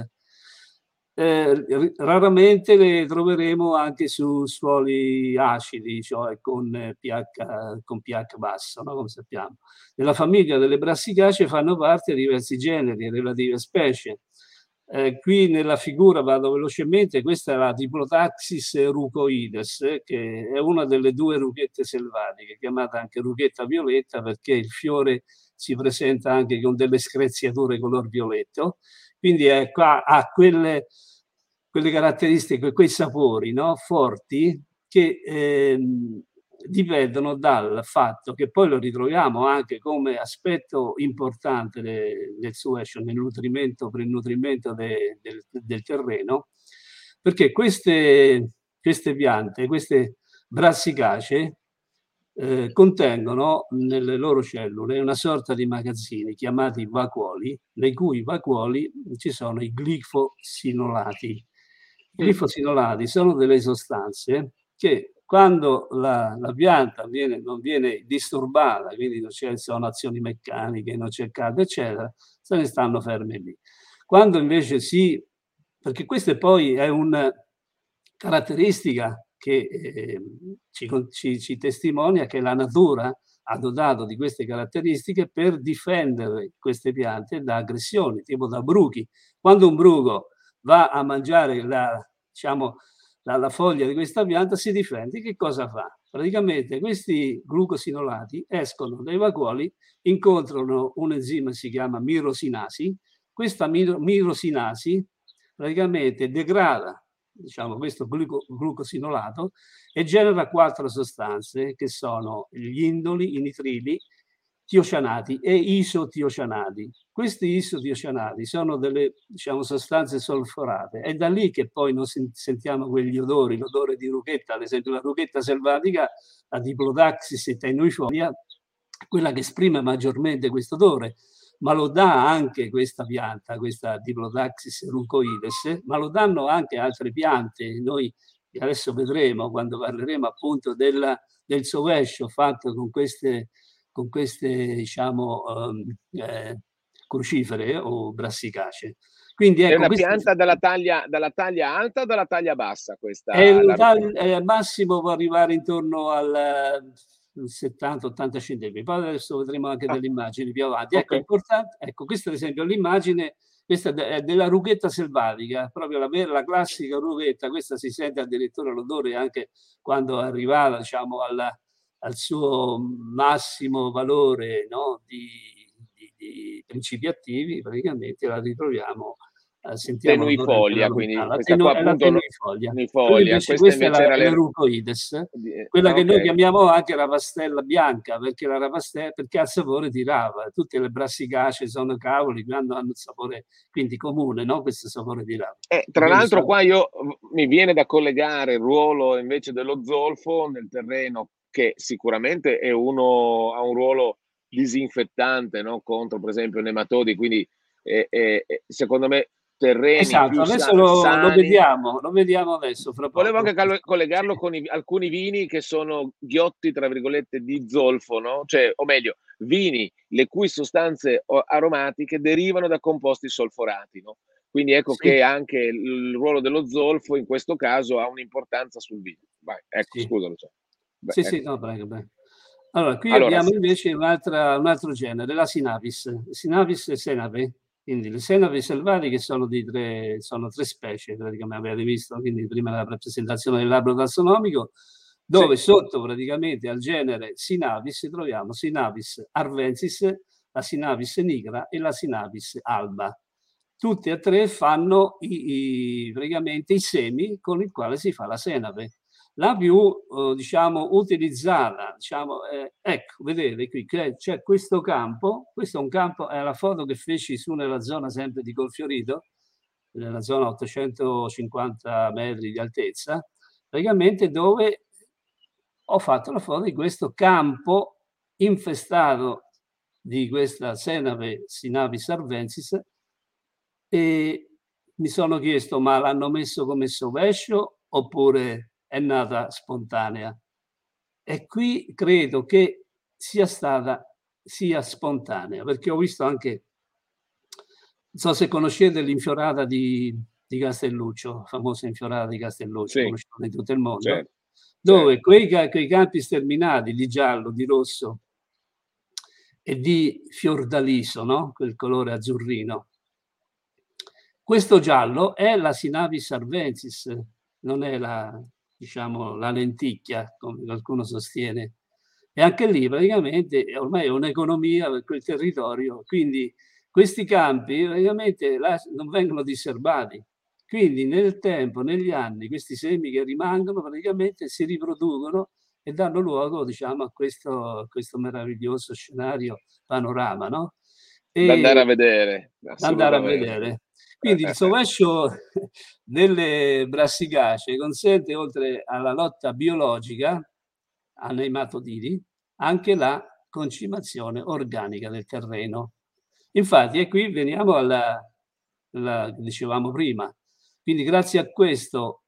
Raramente le troveremo anche su suoli acidi, cioè con pH basso, no, come sappiamo. Nella famiglia delle brassicacee fanno parte diversi generi e relative specie. Qui nella figura vado velocemente, questa è la Diplotaxis rucoides, che è una delle 2 ruchette selvatiche, chiamata anche ruchetta violetta perché il fiore si presenta anche con delle screziature color violetto. Quindi ha quelle caratteristiche, quei sapori, no? Forti, che dipendono dal fatto che poi lo ritroviamo anche come aspetto importante del source, nel nutrimento, per il nutrimento del terreno, perché queste piante, queste brassicacee, contengono nelle loro cellule una sorta di magazzini chiamati vacuoli, nei cui vacuoli ci sono i glifosinolati. I glifosinolati sono delle sostanze che, quando la pianta non viene disturbata, quindi non ci sono azioni meccaniche, non c'è caldo, eccetera, se ne stanno ferme lì. Quando invece perché questa poi è una caratteristica che ci testimonia che la natura ha dotato di queste caratteristiche per difendere queste piante da aggressioni, tipo da bruchi. Quando un bruco va a mangiare la foglia di questa pianta, si difende. Che cosa fa? Praticamente questi glucosinolati escono dai vacuoli, incontrano un enzima che si chiama mirosinasi. Questa mirosinasi praticamente degrada, diciamo, questo glucosinolato e genera 4 sostanze che sono gli indoli, i nitrili, tiocianati e isotiocianati. Questi isotiocianati sono delle, diciamo, sostanze solforate. È da lì che poi noi sentiamo quegli odori, l'odore di ruchetta, ad esempio la ruchetta selvatica, la Diplotaxis tenuifolia, quella che esprime maggiormente questo odore, ma lo dà anche questa pianta, questa Diplotaxis runcoides, ma lo danno anche altre piante. Noi adesso vedremo, quando parleremo appunto del sovescio fatto con queste diciamo, crucifere o brassicacee. Quindi È ecco, una pianta dalla taglia alta o dalla taglia bassa il massimo può arrivare intorno al 70-80 centimetri. Poi adesso vedremo anche delle immagini più avanti. Ecco, importante, ecco, questa ad esempio l'immagine, questa è della rughetta selvatica, proprio la classica rughetta. Questa si sente addirittura l'odore anche quando arriva, diciamo, al suo massimo valore, no, di principi attivi. Praticamente la ritroviamo, sentiamo l'odore anche da tenuifolia, quindi lontano. questa qua È la appunto tenuifolia. questa Questa è invece era l'Erucoides, quella che noi chiamiamo anche ravastella bianca, perché perché ha il sapore di rava. Tutte le brassicacee sono cavoli, hanno il sapore quindi comune, no? Questo sapore di rava. Tra l'altro qua mi viene da collegare il ruolo invece dello zolfo nel terreno, che sicuramente ha un ruolo disinfettante, no? Contro per esempio nematodi, quindi secondo me terreni esatto, più adesso sani. lo vediamo adesso fra poco. Volevo anche collegarlo con alcuni vini che sono ghiotti, tra virgolette, di zolfo, no? Cioè, o meglio, vini le cui sostanze aromatiche derivano da composti solforati, no? Quindi ecco Sì. che anche il ruolo dello zolfo in questo caso ha un'importanza sul vino. Vai, ecco, Sì. scusami. Sì, Ecco. Sì, no, prego. Allora, qui abbiamo invece un altro genere, la Sinapis. Sinapis e Senape. Quindi le senape selvatiche sono tre specie, praticamente avete visto, quindi prima la rappresentazione dell'albero tassonomico, dove sotto praticamente al genere Sinapis troviamo Sinapis arvensis, la Sinapis nigra e la Sinapis alba. Tutte e tre fanno praticamente i semi con il quale si fa la senape. La più diciamo utilizzata, diciamo, ecco, vedete qui c'è questo campo. Questo è un campo, è la foto che feci su nella zona sempre di Colfiorito, nella zona 850 metri di altezza, praticamente, dove ho fatto la foto di questo campo infestato di questa senape Sinapis arvensis, e mi sono chiesto: ma l'hanno messo come sovescio oppure è nata spontanea? E qui credo che sia spontanea, perché ho visto anche, non so se conoscete l'infiorata di Castelluccio, la famosa infiorata di Castelluccio, conosciuta in tutto il mondo, dove quei campi sterminati di giallo, di rosso e di fiordaliso, no? Quel colore azzurrino. Questo giallo è la Sinapis arvensis, non è diciamo, la lenticchia, come qualcuno sostiene. E anche lì praticamente ormai è un'economia per quel territorio, quindi questi campi praticamente non vengono disserbati. Quindi nel tempo, negli anni, questi semi che rimangono praticamente si riproducono e danno luogo, diciamo, a questo meraviglioso scenario panorama, no? Da andare a E vedere, da andare a assolutamente. vedere. Quindi il sovescio delle brassicacee consente, oltre alla lotta biologica a nematodini, anche la concimazione organica del terreno. Infatti, e qui veniamo dicevamo prima, quindi grazie a questo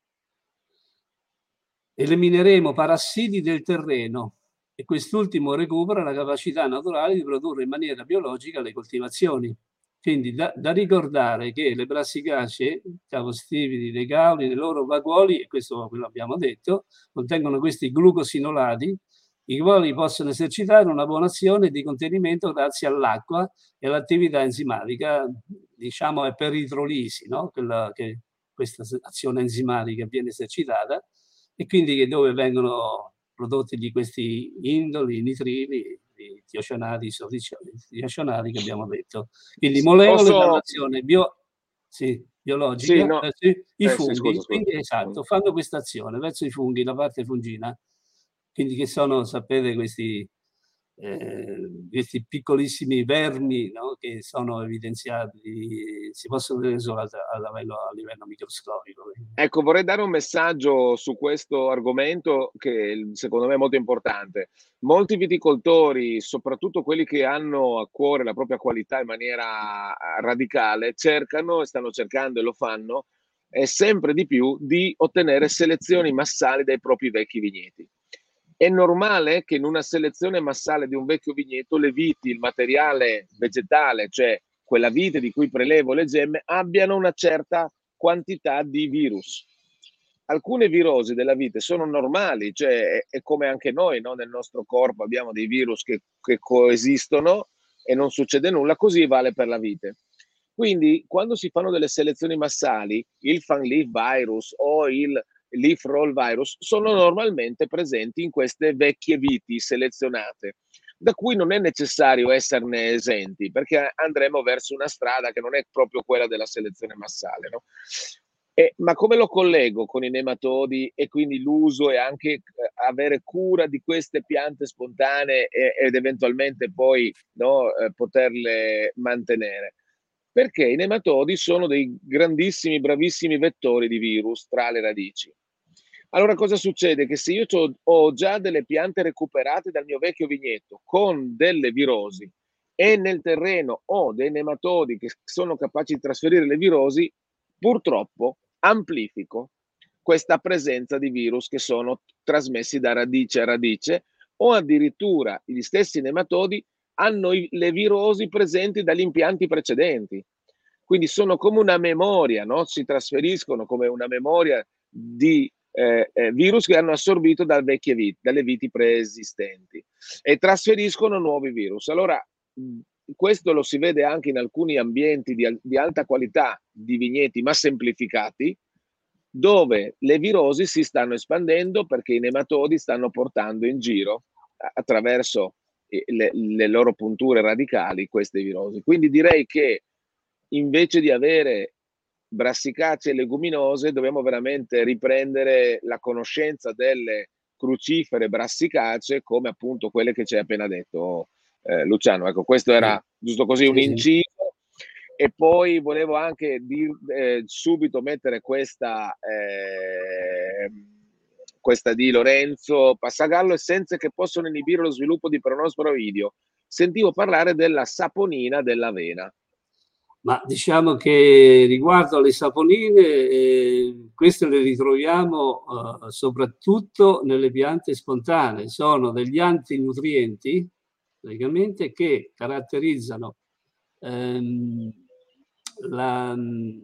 elimineremo parassiti del terreno e quest'ultimo recupera la capacità naturale di produrre in maniera biologica le coltivazioni. Quindi da ricordare che le brassicacee, capostipiti dei cauli, dei loro vacuoli, e questo lo abbiamo detto, contengono questi glucosinolati, i quali possono esercitare una buona azione di contenimento grazie all'acqua e all'attività enzimatica, diciamo è per idrolisi, no? Che questa azione enzimatica viene esercitata e quindi dove vengono prodotti di questi indoli, nitrini, di tioscianati, tioscianati che abbiamo detto. Quindi molecole Posso... dall'azione Sì, biologica no. verso i Sì, funghi, scusa, scusa. quindi esatto, fanno questa azione verso i funghi, la parte fungina, quindi che sono, sapete, questi piccolissimi vermi, no? Che sono evidenziati, si possono vedere solo a livello microscopico. Ecco, vorrei dare un messaggio su questo argomento che secondo me è molto importante. Molti viticoltori, soprattutto quelli che hanno a cuore la propria qualità in maniera radicale, cercano e stanno cercando e lo fanno sempre di più di ottenere selezioni massali dai propri vecchi vigneti. È normale che in una selezione massale di un vecchio vigneto le viti, il materiale vegetale, cioè quella vite di cui prelevo le gemme, abbiano una certa quantità di virus. Alcune virosi della vite sono normali, cioè è come anche noi, no? Nel nostro corpo abbiamo dei virus che coesistono e non succede nulla, così vale per la vite. Quindi quando si fanno delle selezioni massali, il fan leaf virus o il leaf roll virus sono normalmente presenti in queste vecchie viti selezionate, da cui non è necessario esserne esenti, perché andremo verso una strada che non è proprio quella della selezione massale, no? Ma come lo collego con i nematodi e quindi l'uso e anche avere cura di queste piante spontanee ed eventualmente poi, no, poterle mantenere? Perché i nematodi sono dei grandissimi, bravissimi vettori di virus tra le radici. Allora cosa succede? Che se io ho già delle piante recuperate dal mio vecchio vigneto con delle virosi e nel terreno ho dei nematodi che sono capaci di trasferire le virosi, purtroppo amplifico questa presenza di virus che sono trasmessi da radice a radice, o addirittura gli stessi nematodi hanno le virosi presenti dagli impianti precedenti. Quindi sono come una memoria, no? Si trasferiscono come una memoria di virus che hanno assorbito dalle viti preesistenti e trasferiscono nuovi virus. Allora, questo lo si vede anche in alcuni ambienti di alta qualità di vigneti, ma semplificati, dove le virosi si stanno espandendo perché i nematodi stanno portando in giro attraverso le loro punture radicali queste virosi. Quindi direi che invece di avere brassicacee e leguminose dobbiamo veramente riprendere la conoscenza delle crucifere brassicacee come appunto quelle che ci hai appena detto, Luciano. Ecco, questo Sì, era giusto così un sì, sì. inciso. E poi volevo anche subito mettere questa di Lorenzo Passagallo: essenze che possono inibire lo sviluppo di peronosporo ovidio. Sentivo parlare della saponina dell'avena. Ma diciamo che riguardo alle saponine, queste le ritroviamo soprattutto nelle piante spontanee, sono degli antinutrienti praticamente che caratterizzano la,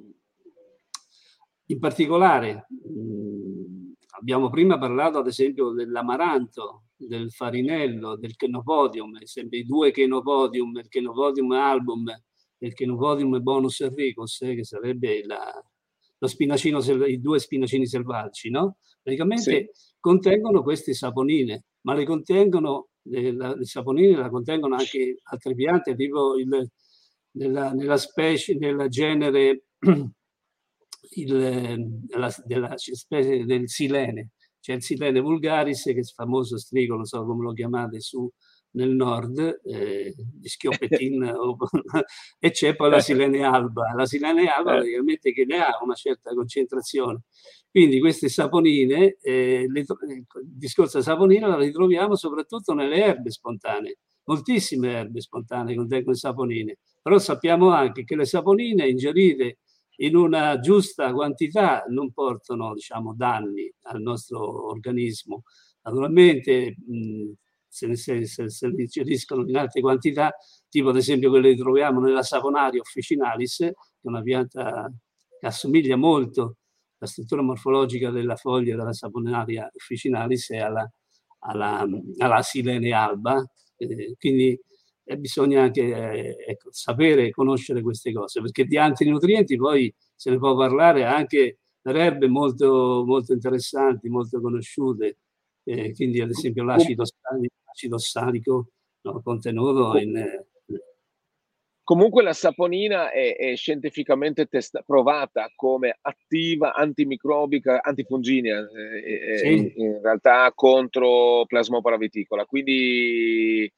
in particolare abbiamo prima parlato ad esempio dell'amaranto, del farinello, del chenopodium, ad esempio i due chenopodium, il chenopodium album e il chenopodium bonus enricus, che sarebbe lo spinacino, i due spinacini selvatici, no? Sì. Praticamente contengono queste saponine, ma le contengono, le saponine la contengono anche altre piante, tipo nella specie, nel genere della specie del silene. C'è il silene vulgaris, che è il famoso strigo, non so come lo chiamate su nel nord, di schioppettin, e c'è poi la silene alba. La silene alba praticamente che ne ha una certa concentrazione. Quindi queste saponine, il discorso saponina la ritroviamo soprattutto nelle erbe spontanee. Moltissime erbe spontanee contengono saponine, però sappiamo anche che le saponine ingerite in una giusta quantità non portano, diciamo, danni al nostro organismo. Naturalmente se ne ingeriscono in alte quantità, tipo ad esempio quelle che troviamo nella Saponaria officinalis, che è una pianta che assomiglia molto la struttura morfologica della foglia della Saponaria officinalis e alla Silene alba, quindi bisogna anche ecco, sapere e conoscere queste cose, perché di antinutrienti poi se ne può parlare anche per erbe molto, molto interessanti, molto conosciute, quindi ad esempio l'acido ossalico, no, contenuto in... Comunque la saponina è scientificamente provata come attiva, antimicrobica, antifunginia, Sì. in realtà contro Plasmopara viticola. Quindi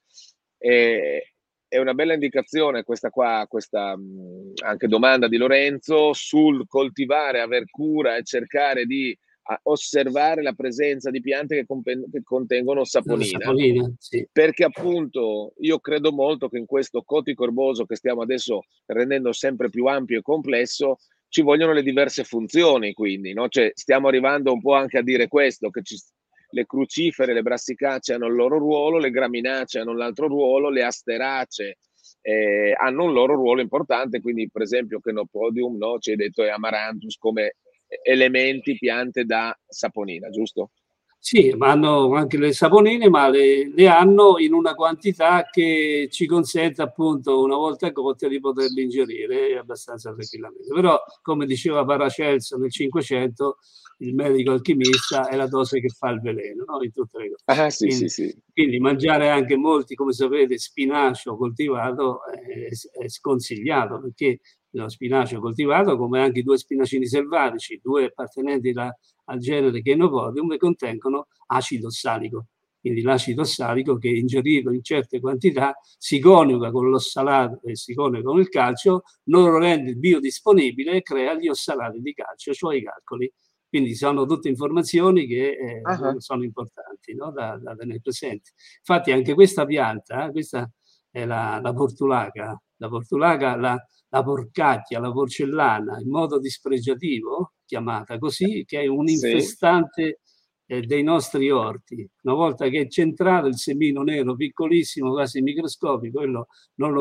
è una bella indicazione questa qua, questa anche domanda di Lorenzo sul coltivare, aver cura e cercare di osservare la presenza di piante che contengono saponina. Sì. Perché appunto io credo molto che in questo cotico erboso che stiamo adesso rendendo sempre più ampio e complesso ci vogliono le diverse funzioni, quindi no? Cioè, stiamo arrivando un po' anche a dire questo, che le crucifere, le brassicacee hanno il loro ruolo, le graminacee hanno l'altro ruolo, le asteracee hanno un loro ruolo importante, quindi per esempio Chenopodium, no? Ci hai detto, e Amaranthus come elementi, piante da saponina, giusto? Sì, ma hanno anche le saponine, ma le hanno in una quantità che ci consente appunto una volta cotte di poterle ingerire abbastanza tranquillamente. Però, come diceva Paracelso nel 500, il medico alchimista è la dose che fa il veleno, no? In tutte le cose. Ah, sì, sì. Quindi mangiare anche molti, come sapete, spinacio coltivato è sconsigliato, perché lo spinacio coltivato, come anche i 2 spinacini selvatici, 2 appartenenti al genere Chenopodium, contengono acido ossalico. Quindi l'acido ossalico che ingerito in certe quantità si coniuga con l'ossalato e si coniuga con il calcio, non lo rende biodisponibile e crea gli ossalati di calcio, cioè i calcoli. Quindi sono tutte informazioni che sono importanti, no? da tenere presenti. Infatti anche questa pianta, questa è la portulaca, la porcacchia, la porcellana, in modo dispregiativo, chiamata così, che è un infestante dei nostri orti. Una volta che è centrato il semino nero, piccolissimo, quasi microscopico, quello non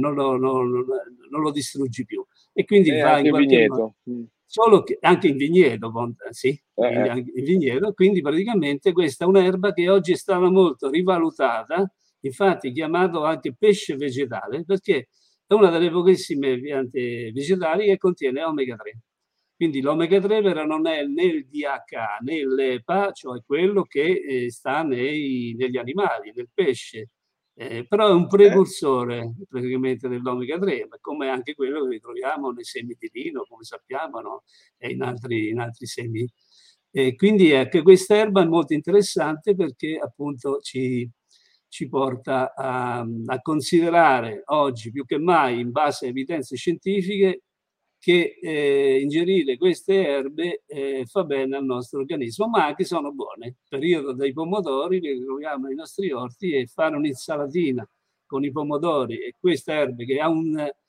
lo distruggi più. E quindi va anche in qualche vigneto. modo... Solo che anche in vigneto, sì, in vigneto, quindi praticamente questa è un'erba che oggi è stata molto rivalutata, infatti chiamato anche pesce vegetale, perché è una delle pochissime piante vegetali che contiene omega 3. Quindi l'omega 3 però non è né il DHA né l'EPA, cioè quello che sta negli animali, nel pesce. Però è un precursore praticamente dell'omega 3, come anche quello che ritroviamo nei semi di lino, come sappiamo, no? E in altri semi. Quindi ecco, questa erba è molto interessante perché appunto ci porta a considerare oggi più che mai, in base a evidenze scientifiche, che ingerire queste erbe fa bene al nostro organismo, ma anche sono buone. Periodo dei pomodori che troviamo nei nostri orti, e fare un'insalatina con i pomodori e queste erbe che ha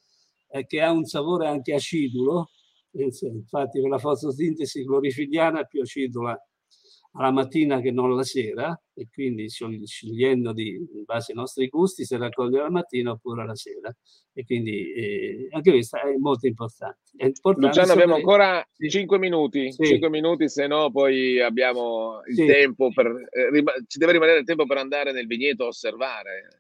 un sapore anche acidulo, infatti con la fotosintesi clorofilliana è più acidula alla mattina che non la sera, e quindi scegliendo in base ai nostri gusti se raccoglie la mattina oppure la sera, e quindi anche questa è molto importante. È importante Luciano, abbiamo sapere... ancora Sì. 5 minuti, Sì. 5 minuti, se no poi abbiamo il tempo per ci deve rimanere il tempo per andare nel vigneto a osservare.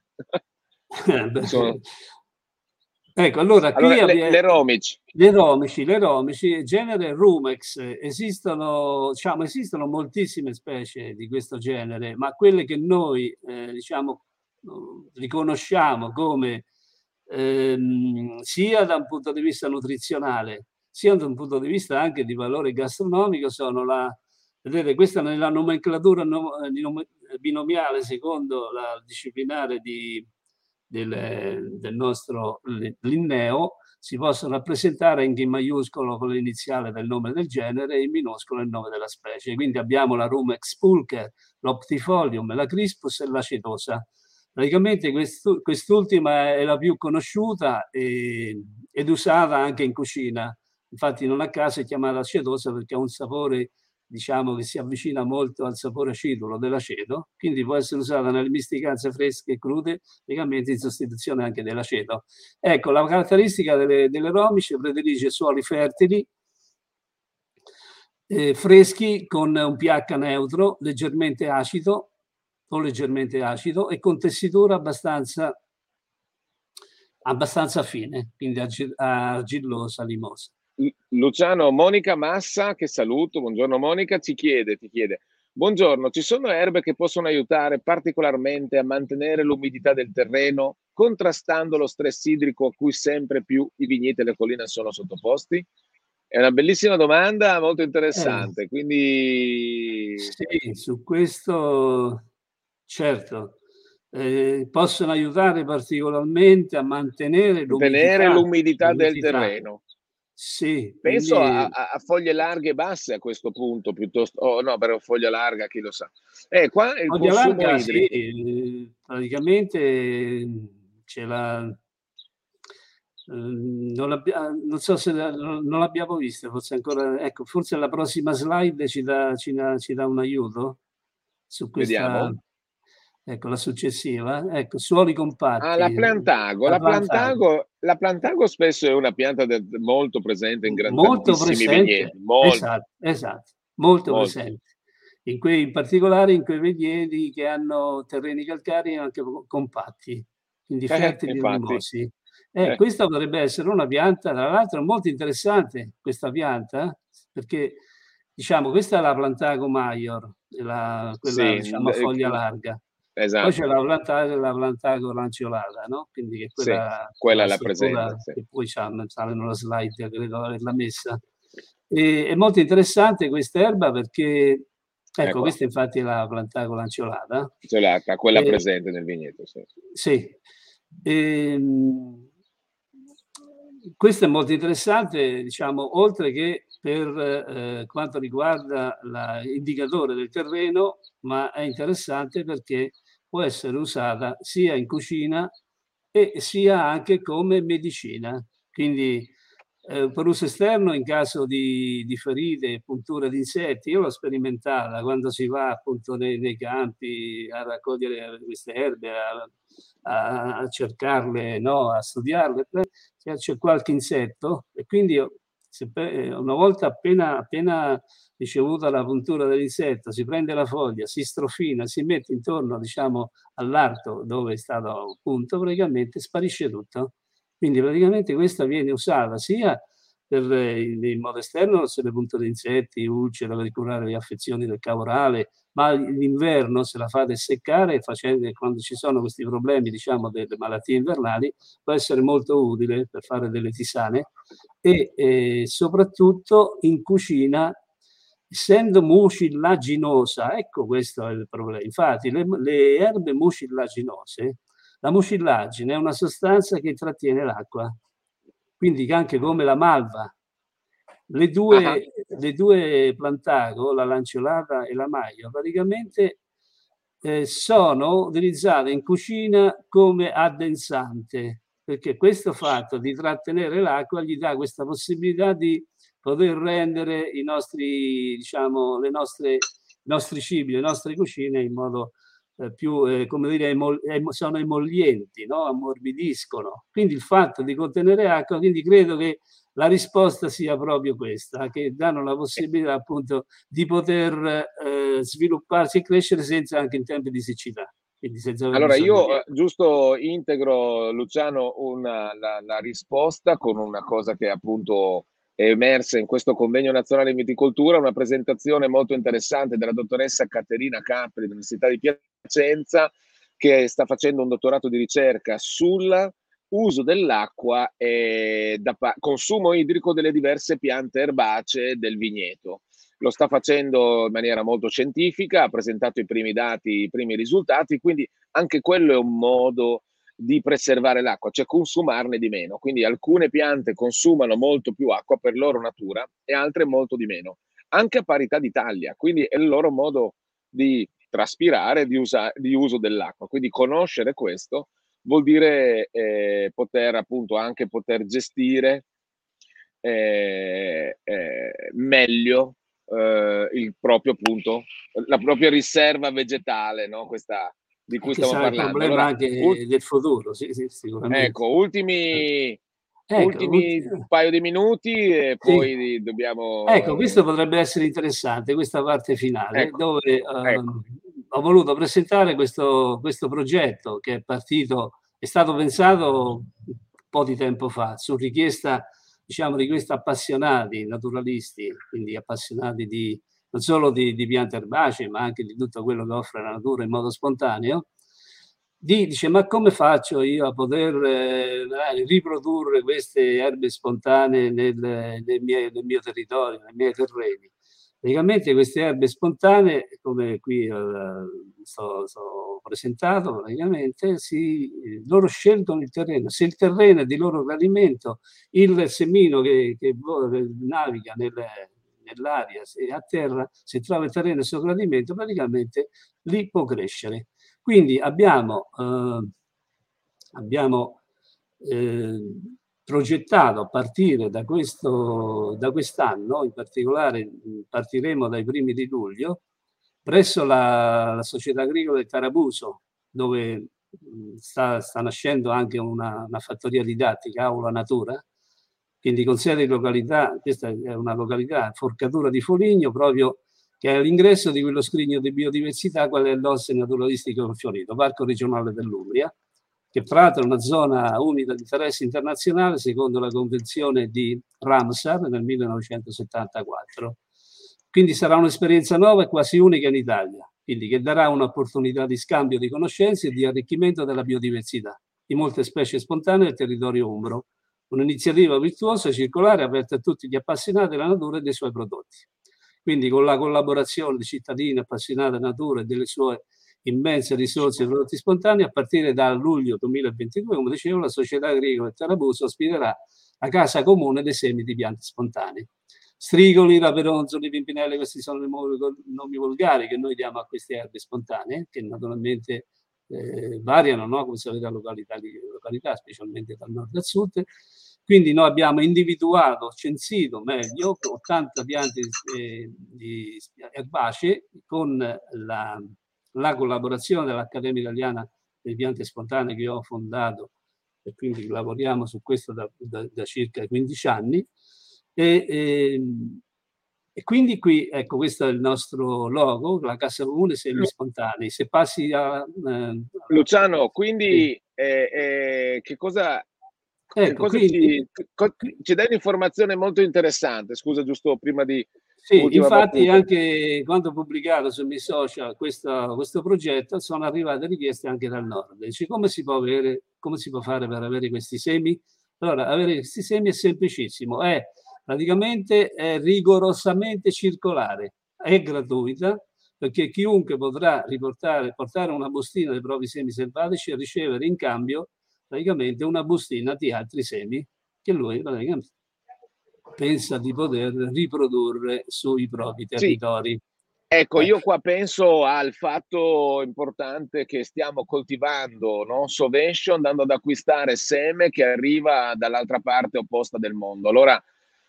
Ecco, allora qui le romici. Le romici, genere Rumex, esistono moltissime specie di questo genere, ma quelle che noi diciamo riconosciamo come sia da un punto di vista nutrizionale, sia da un punto di vista anche di valore gastronomico, sono vedete, questa nella nomenclatura binomiale, secondo la disciplinare del nostro Linneo, si possono rappresentare anche in maiuscolo con l'iniziale del nome del genere e in minuscolo il nome della specie. Quindi abbiamo la Rumex pulcher, l'Optifolium, la Crispus e l'acetosa. Praticamente quest'ultima è la più conosciuta ed usata anche in cucina. Infatti non a caso è chiamata acetosa perché ha un sapore, diciamo, che si avvicina molto al sapore acidulo dell'aceto, quindi può essere usata nelle misticanze fresche e crude, praticamente in sostituzione anche dell'aceto. Ecco, la caratteristica delle romice predilige suoli fertili, freschi con un pH neutro, leggermente acido o leggermente acido e con tessitura abbastanza fine, quindi argillosa, limosa. Luciano, Monica Massa, che saluto, buongiorno Monica, ti chiede, buongiorno, ci sono erbe che possono aiutare particolarmente a mantenere l'umidità del terreno, contrastando lo stress idrico a cui sempre più i vigneti e le colline sono sottoposti? È una bellissima domanda, molto interessante, quindi... Sì, su questo, certo, possono aiutare particolarmente a mantenere l'umidità del terreno. Sì, Penso quindi... a foglie larghe e basse a questo punto, piuttosto, oh no, per foglia larga, chi lo sa. Qua il foglia consumo larga, idrico. sì, praticamente c'è non so se non l'abbiamo vista, forse ancora, ecco, forse la prossima slide ci dà un aiuto su questa, Vediamo. ecco, la successiva, ecco, suoli compatti. La Plantago. La Plantago spesso è una pianta molto presente in molto tantissimi presente, vigneti, molto. esatto, molto presente. In particolare in quei vigneti che hanno terreni calcarei anche compatti, quindi fertili e limosi. Questa potrebbe essere una pianta, tra l'altro molto interessante questa pianta, perché diciamo questa è la Plantago Maior, quella diciamo a foglia larga. Esatto. Poi c'è la Plantago lanceolata, no? Quindi che è quella, quella la la struttura presente, sì. che poi sale nella slide, credo averla messa. È molto interessante questa erba perché, ecco, questa infatti è la Plantago lanceolata. Quella presente nel vigneto, sì. Sì. Questo è molto interessante, diciamo, oltre che per quanto riguarda l'indicatore del terreno, ma è interessante perché può essere usata sia in cucina e sia anche come medicina. Quindi per uso esterno in caso di ferite, punture di insetti, io l'ho sperimentata quando si va appunto nei campi a raccogliere queste erbe, a cercarle, no? A studiarle, c'è qualche insetto e quindi una volta appena ricevuta la puntura dell'insetto, si prende la foglia, si strofina, si mette intorno, diciamo, all'arto dove è stato punto, praticamente sparisce tutto. Quindi praticamente questa viene usata sia in modo esterno se le punte di insetti, ulcere, per curare le affezioni del cavo orale, ma l'inverno se la fate seccare quando ci sono questi problemi, diciamo, delle malattie invernali, può essere molto utile per fare delle tisane e soprattutto in cucina, essendo mucillaginosa, ecco questo è il problema. Infatti le erbe mucillaginose, la mucillagine è una sostanza che trattiene l'acqua, quindi anche come la malva. Le due Plantago, la lanceolata e la maglia, praticamente sono utilizzate in cucina come addensante, perché questo fatto di trattenere l'acqua gli dà questa possibilità di poter rendere i nostri, diciamo, i nostri cibi, le nostre cucine in modo più, come dire, sono emollienti, no? Ammorbidiscono. Quindi il fatto di contenere acqua, quindi credo che la risposta sia proprio questa, che danno la possibilità appunto di poter svilupparsi e crescere senza anche in tempi di siccità. Quindi senza aver Allora bisogno io di acqua. giusto integro, Luciano, la risposta con una cosa che appunto è emersa in questo convegno nazionale di viticoltura, una presentazione molto interessante della dottoressa Caterina Capri dell'Università di Piacenza, che sta facendo un dottorato di ricerca sulla uso dell'acqua consumo idrico delle diverse piante erbacee del vigneto. Lo sta facendo in maniera molto scientifica, ha presentato i primi dati, i primi risultati, quindi anche quello è un modo di preservare l'acqua, cioè consumarne di meno. Quindi alcune piante consumano molto più acqua per loro natura e altre molto di meno, anche a parità di taglia, quindi è il loro modo di traspirare, di uso dell'acqua. Quindi conoscere questo vuol dire poter appunto anche poter gestire meglio il proprio appunto, la propria riserva vegetale, no? Questa di cui Che stiamo sarà il parlando. problema Allora, anche del futuro, sì, sì, sicuramente. ecco, Ecco, ultimi paio di minuti e sì. poi dobbiamo... Ecco, questo potrebbe essere interessante, questa parte finale, ecco, dove ecco. ho voluto presentare questo progetto che è partito, è stato pensato un po' di tempo fa, su richiesta, diciamo, di questi appassionati naturalisti, quindi appassionati non solo di piante erbacee, ma anche di tutto quello che offre la natura in modo spontaneo. Dice, ma come faccio io a poter riprodurre queste erbe spontanee nel mio territorio, nei miei terreni? Praticamente queste erbe spontanee, come qui sto presentato, praticamente loro scelgono il terreno. Se il terreno è di loro gradimento, il semino che naviga nell'aria e a terra, se trova il terreno a suo gradimento, praticamente lì può crescere. Quindi abbiamo progettato a partire da quest'anno, in particolare partiremo dai primi di luglio, presso la Società Agricola del Tarabuso, dove sta nascendo anche una fattoria didattica, Aula Natura, quindi con sede in località, questa è una località, Forcatura di Foligno, proprio che è all'ingresso di quello scrigno di biodiversità qual è l'Osse Naturalistico Fiorito, Parco Regionale dell'Umbria, che tra l'altro è una zona umida di interesse internazionale secondo la Convenzione di Ramsar nel 1974. Quindi sarà un'esperienza nuova e quasi unica in Italia, quindi che darà un'opportunità di scambio di conoscenze e di arricchimento della biodiversità di molte specie spontanee del territorio umbro. Un'iniziativa virtuosa, circolare, aperta a tutti gli appassionati della natura e dei suoi prodotti. Quindi con la collaborazione di cittadini appassionati della natura e delle sue immense risorse di prodotti spontanei, a partire da luglio 2022, come dicevo, la Società Agricola Tarabuso ospiterà la Casa Comune dei semi di piante spontanee. Strigoli, raperonzoli, pimpinelle, questi sono i nomi volgari che noi diamo a queste erbe spontanee, che naturalmente variano, no? Come sapete, da località, specialmente dal nord al sud. Quindi noi abbiamo individuato, censito meglio, 80 piante di erbacee con la collaborazione dell'Accademia Italiana delle Piante Spontanee che ho fondato, e quindi lavoriamo su questo da circa 15 anni. E quindi qui, ecco, questo è il nostro logo, la Casa Comune Semi Spontanei. Se passi Luciano, sì. quindi che cosa, Ecco, quindi ci dai un'informazione molto interessante, scusa, giusto prima di sì, ultima infatti battuta. anche quando ho pubblicato sui miei social questo progetto sono arrivate richieste anche dal nord. Dice, come si può fare per avere questi semi? Allora, avere questi semi è semplicissimo, praticamente è rigorosamente circolare, è gratuita, perché chiunque potrà portare una bustina dei propri semi selvatici e ricevere in cambio praticamente una bustina di altri semi che lui praticamente pensa di poter riprodurre sui propri Sì, territori. ecco, io qua penso al fatto importante che stiamo coltivando, no? Sovescio, andando ad acquistare seme che arriva dall'altra parte opposta del mondo. Allora,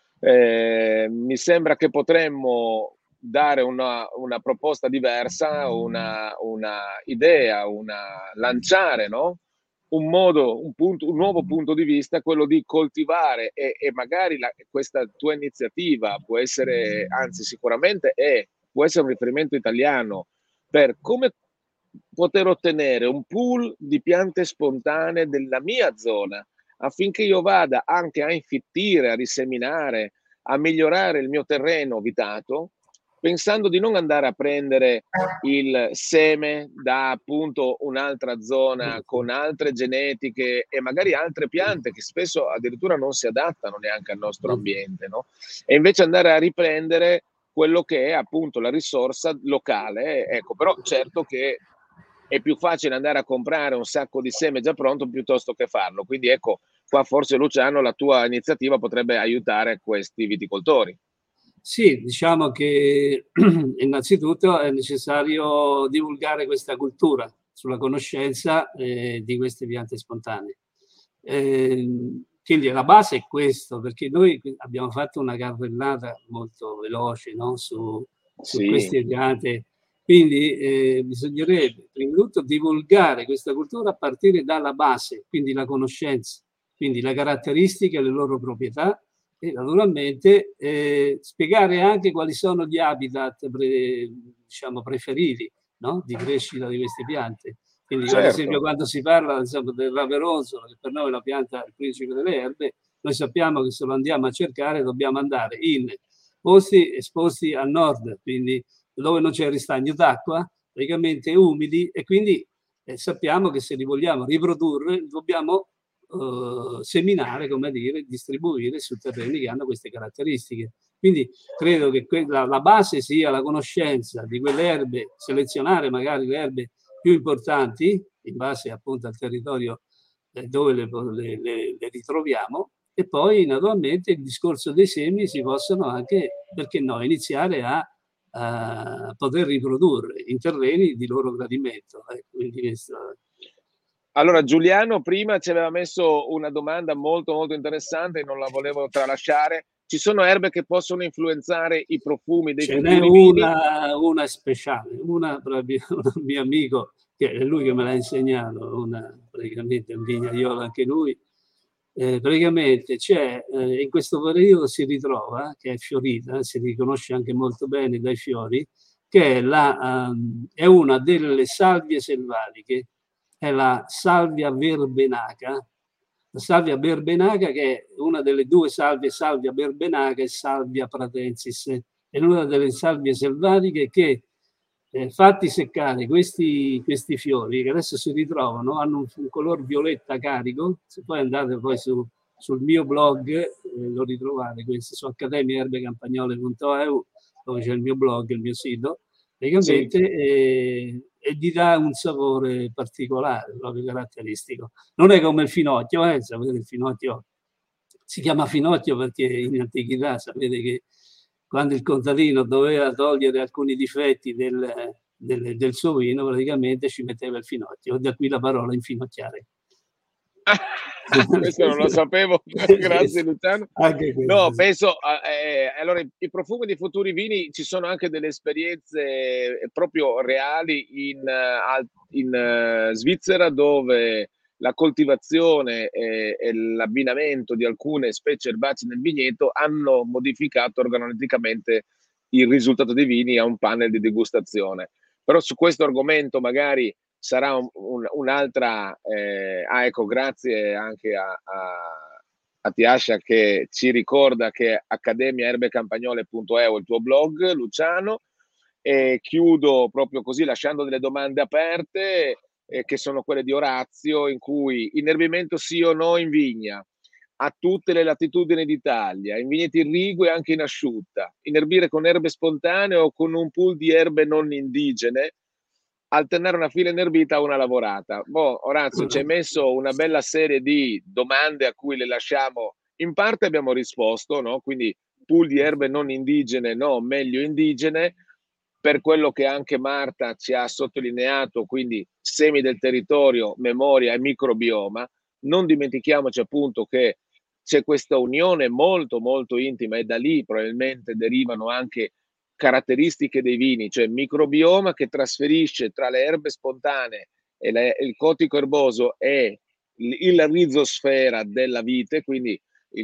mi sembra che potremmo dare una proposta diversa, una idea, lanciare, no? Un modo, un nuovo punto di vista, quello di coltivare e magari questa tua iniziativa può essere, anzi sicuramente può essere un riferimento italiano per come poter ottenere un pool di piante spontanee della mia zona affinché io vada anche a infittire, a riseminare, a migliorare il mio terreno abitato pensando di non andare a prendere il seme da appunto un'altra zona con altre genetiche e magari altre piante che spesso addirittura non si adattano neanche al nostro ambiente, no? E invece andare a riprendere quello che è appunto la risorsa locale, ecco. Però certo che è più facile andare a comprare un sacco di seme già pronto piuttosto che farlo. Quindi ecco, qua forse Luciano la tua iniziativa potrebbe aiutare questi viticoltori. Sì, diciamo che innanzitutto è necessario divulgare questa cultura sulla conoscenza di queste piante spontanee. Quindi la base è questo, perché noi abbiamo fatto una carrellata molto veloce, no? su Sì, queste piante. Quindi bisognerebbe prima di tutto divulgare questa cultura a partire dalla base, quindi la conoscenza, quindi le caratteristiche, le loro proprietà e naturalmente spiegare anche quali sono gli habitat diciamo, preferiti, no? Di crescita di queste piante. Quindi ad esempio certo. quando si parla del raveroso, che per noi è la pianta il principe delle erbe, noi sappiamo che se lo andiamo a cercare dobbiamo andare in posti esposti al nord, quindi dove non c'è ristagno d'acqua, praticamente umidi, e quindi sappiamo che se li vogliamo riprodurre dobbiamo seminare, come dire, distribuire su terreni che hanno queste caratteristiche. Quindi credo che la base sia la conoscenza di quelle erbe, selezionare magari le erbe più importanti in base appunto al territorio dove le ritroviamo, e poi naturalmente il discorso dei semi si possono anche, perché no, iniziare a poter riprodurre in terreni di loro gradimento. Quindi questo. Allora, Giuliano prima ci aveva messo una domanda molto molto interessante e non la volevo tralasciare. Ci sono erbe che possono influenzare i profumi dei Ce n'è futuri vini? una speciale, una proprio un mio amico, che è lui che me l'ha insegnato, praticamente un vignaiolo anche lui. Praticamente c'è, in questo periodo si ritrova, che è fiorita, si riconosce anche molto bene dai fiori, che è una delle salvie selvatiche, è la salvia verbenaca. La salvia verbenaca, che è una delle due salvie, salvia verbenaca e salvia pratensis, è una delle salvie selvatiche che, fatti seccare questi fiori, che adesso si ritrovano, hanno un color violetta carico. Se poi andate poi sul mio blog, lo ritrovate questo su accademiaerbecampagnole.eu, dove c'è il mio blog, il mio sito, Sì. praticamente, e gli dà un sapore particolare, proprio caratteristico. Non è come il finocchio, sapete, il finocchio si chiama finocchio perché in antichità sapete che quando il contadino doveva togliere alcuni difetti del suo vino, praticamente ci metteva il finocchio, da qui la parola infinocchiare. Questo non lo sapevo, grazie Luciano. Anche No, questo, sì. penso, allora, i profumi di futuri vini, ci sono anche delle esperienze proprio reali in Svizzera, dove la coltivazione e l'abbinamento di alcune specie erbacee nel vigneto hanno modificato organoletticamente il risultato dei vini a un panel di degustazione. Però su questo argomento magari sarà un'altra. Ecco, grazie anche a Tiascia che ci ricorda che accademiaerbecampagnole.eu è il tuo blog, Luciano. E chiudo proprio così lasciando delle domande aperte, che sono quelle di Orazio, in cui innerbimento sì o no in vigna, a tutte le latitudini d'Italia, in vigneti irrigui e anche in asciutta, inerbire con erbe spontanee o con un pool di erbe non indigene, alternare una fila inerbita a una lavorata. Boh, Orazio, ci hai messo una bella serie di domande a cui le lasciamo. In parte abbiamo risposto, no? Quindi pool di erbe non indigene, no, meglio indigene, per quello che anche Marta ci ha sottolineato, quindi semi del territorio, memoria e microbioma. Non dimentichiamoci appunto che c'è questa unione molto molto intima e da lì probabilmente derivano anche caratteristiche dei vini, cioè microbioma che trasferisce tra le erbe spontanee e il cotico erboso e la rizosfera della vite, quindi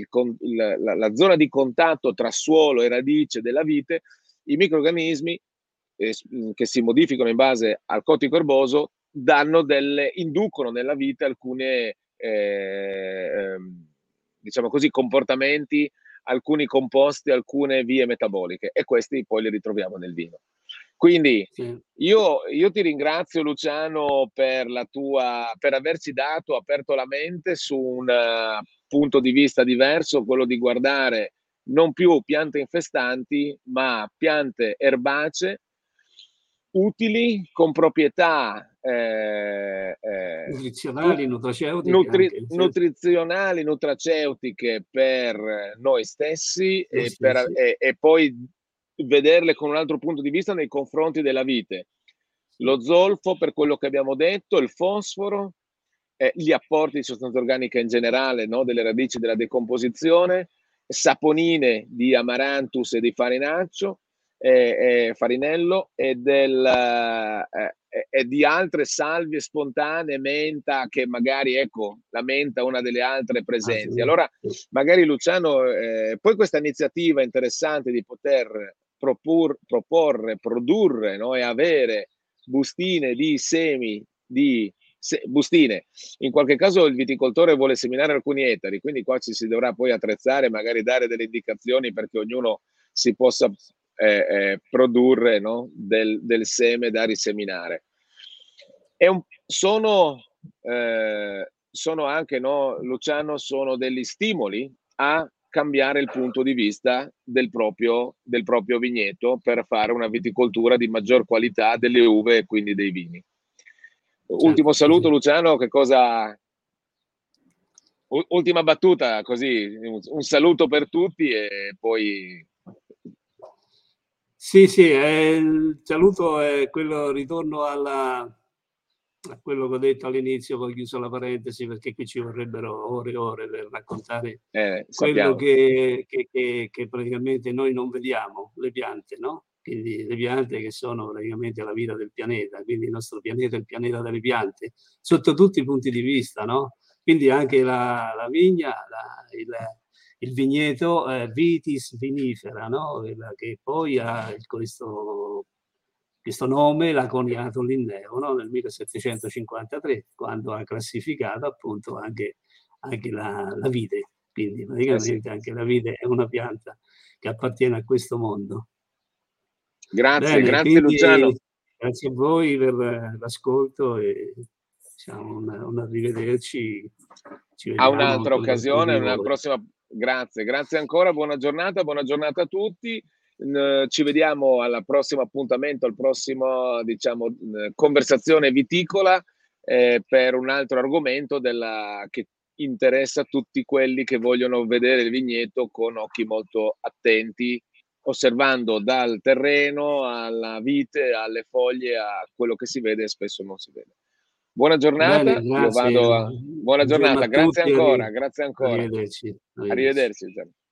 la zona di contatto tra suolo e radice della vite, i microrganismi che si modificano in base al cotico erboso inducono nella vite alcune diciamo così, comportamenti alcuni composti, alcune vie metaboliche, e questi poi li ritroviamo nel vino. Quindi Sì. io ti ringrazio, Luciano, per averci aperto la mente su un punto di vista diverso, quello di guardare non più piante infestanti, ma piante erbacee utili, con proprietà Nutrizionali, nutraceutiche anche, sì. nutrizionali, nutraceutiche per noi stessi, Sì. e poi vederle con un altro punto di vista nei confronti della vite. Lo zolfo, per quello che abbiamo detto, il fosforo, gli apporti di sostanze organiche in generale, no, delle radici della decomposizione, saponine di amaranthus e di farinaccio, farinello, e di altre salvie spontanee, menta, che magari, ecco, la menta è una delle altre presenti. Allora, magari, Luciano, poi questa iniziativa interessante di poter produrre, no, e avere bustine di semi, bustine. In qualche caso il viticoltore vuole seminare alcuni ettari, quindi qua ci si dovrà poi attrezzare, magari dare delle indicazioni perché ognuno si possa produrre, no, del seme da riseminare. Sono anche, no, Luciano, sono degli stimoli a cambiare il punto di vista del proprio vigneto per fare una viticoltura di maggior qualità delle uve e quindi dei vini. Ultimo saluto, Sì. Luciano, ultima battuta, così, un saluto per tutti e poi... Sì, il saluto è quello, ritorno a quello che ho detto all'inizio, poi chiuso la parentesi, perché qui ci vorrebbero ore e ore per raccontare quello sappiamo. che praticamente noi non vediamo, le piante, no? Quindi le piante che sono praticamente la vita del pianeta, quindi il nostro pianeta è il pianeta delle piante, sotto tutti i punti di vista, no? Quindi anche la vigna, il vigneto, vitis vinifera, no? Che poi ha questo nome l'ha coniato Linneo, no? Nel 1753, quando ha classificato appunto anche la vite. Quindi Sì. praticamente anche la vite è una pianta che appartiene a questo mondo. Grazie, Bene, grazie, Luciano. quindi grazie a voi per l'ascolto e diciamo un arrivederci. Ci A vediamo un'altra con qualcuno occasione, di una voi. prossima. Grazie ancora, buona giornata a tutti. Ci vediamo al prossimo appuntamento, al prossimo, diciamo, conversazione viticola, per un altro argomento che interessa tutti quelli che vogliono vedere il vigneto con occhi molto attenti, osservando dal terreno alla vite, alle foglie, a quello che si vede e spesso non si vede. Buona Bene, giornata, io grazie. vado a... Buona Buongiorno giornata, a tutti, grazie ancora. arrivederci. Arrivederci.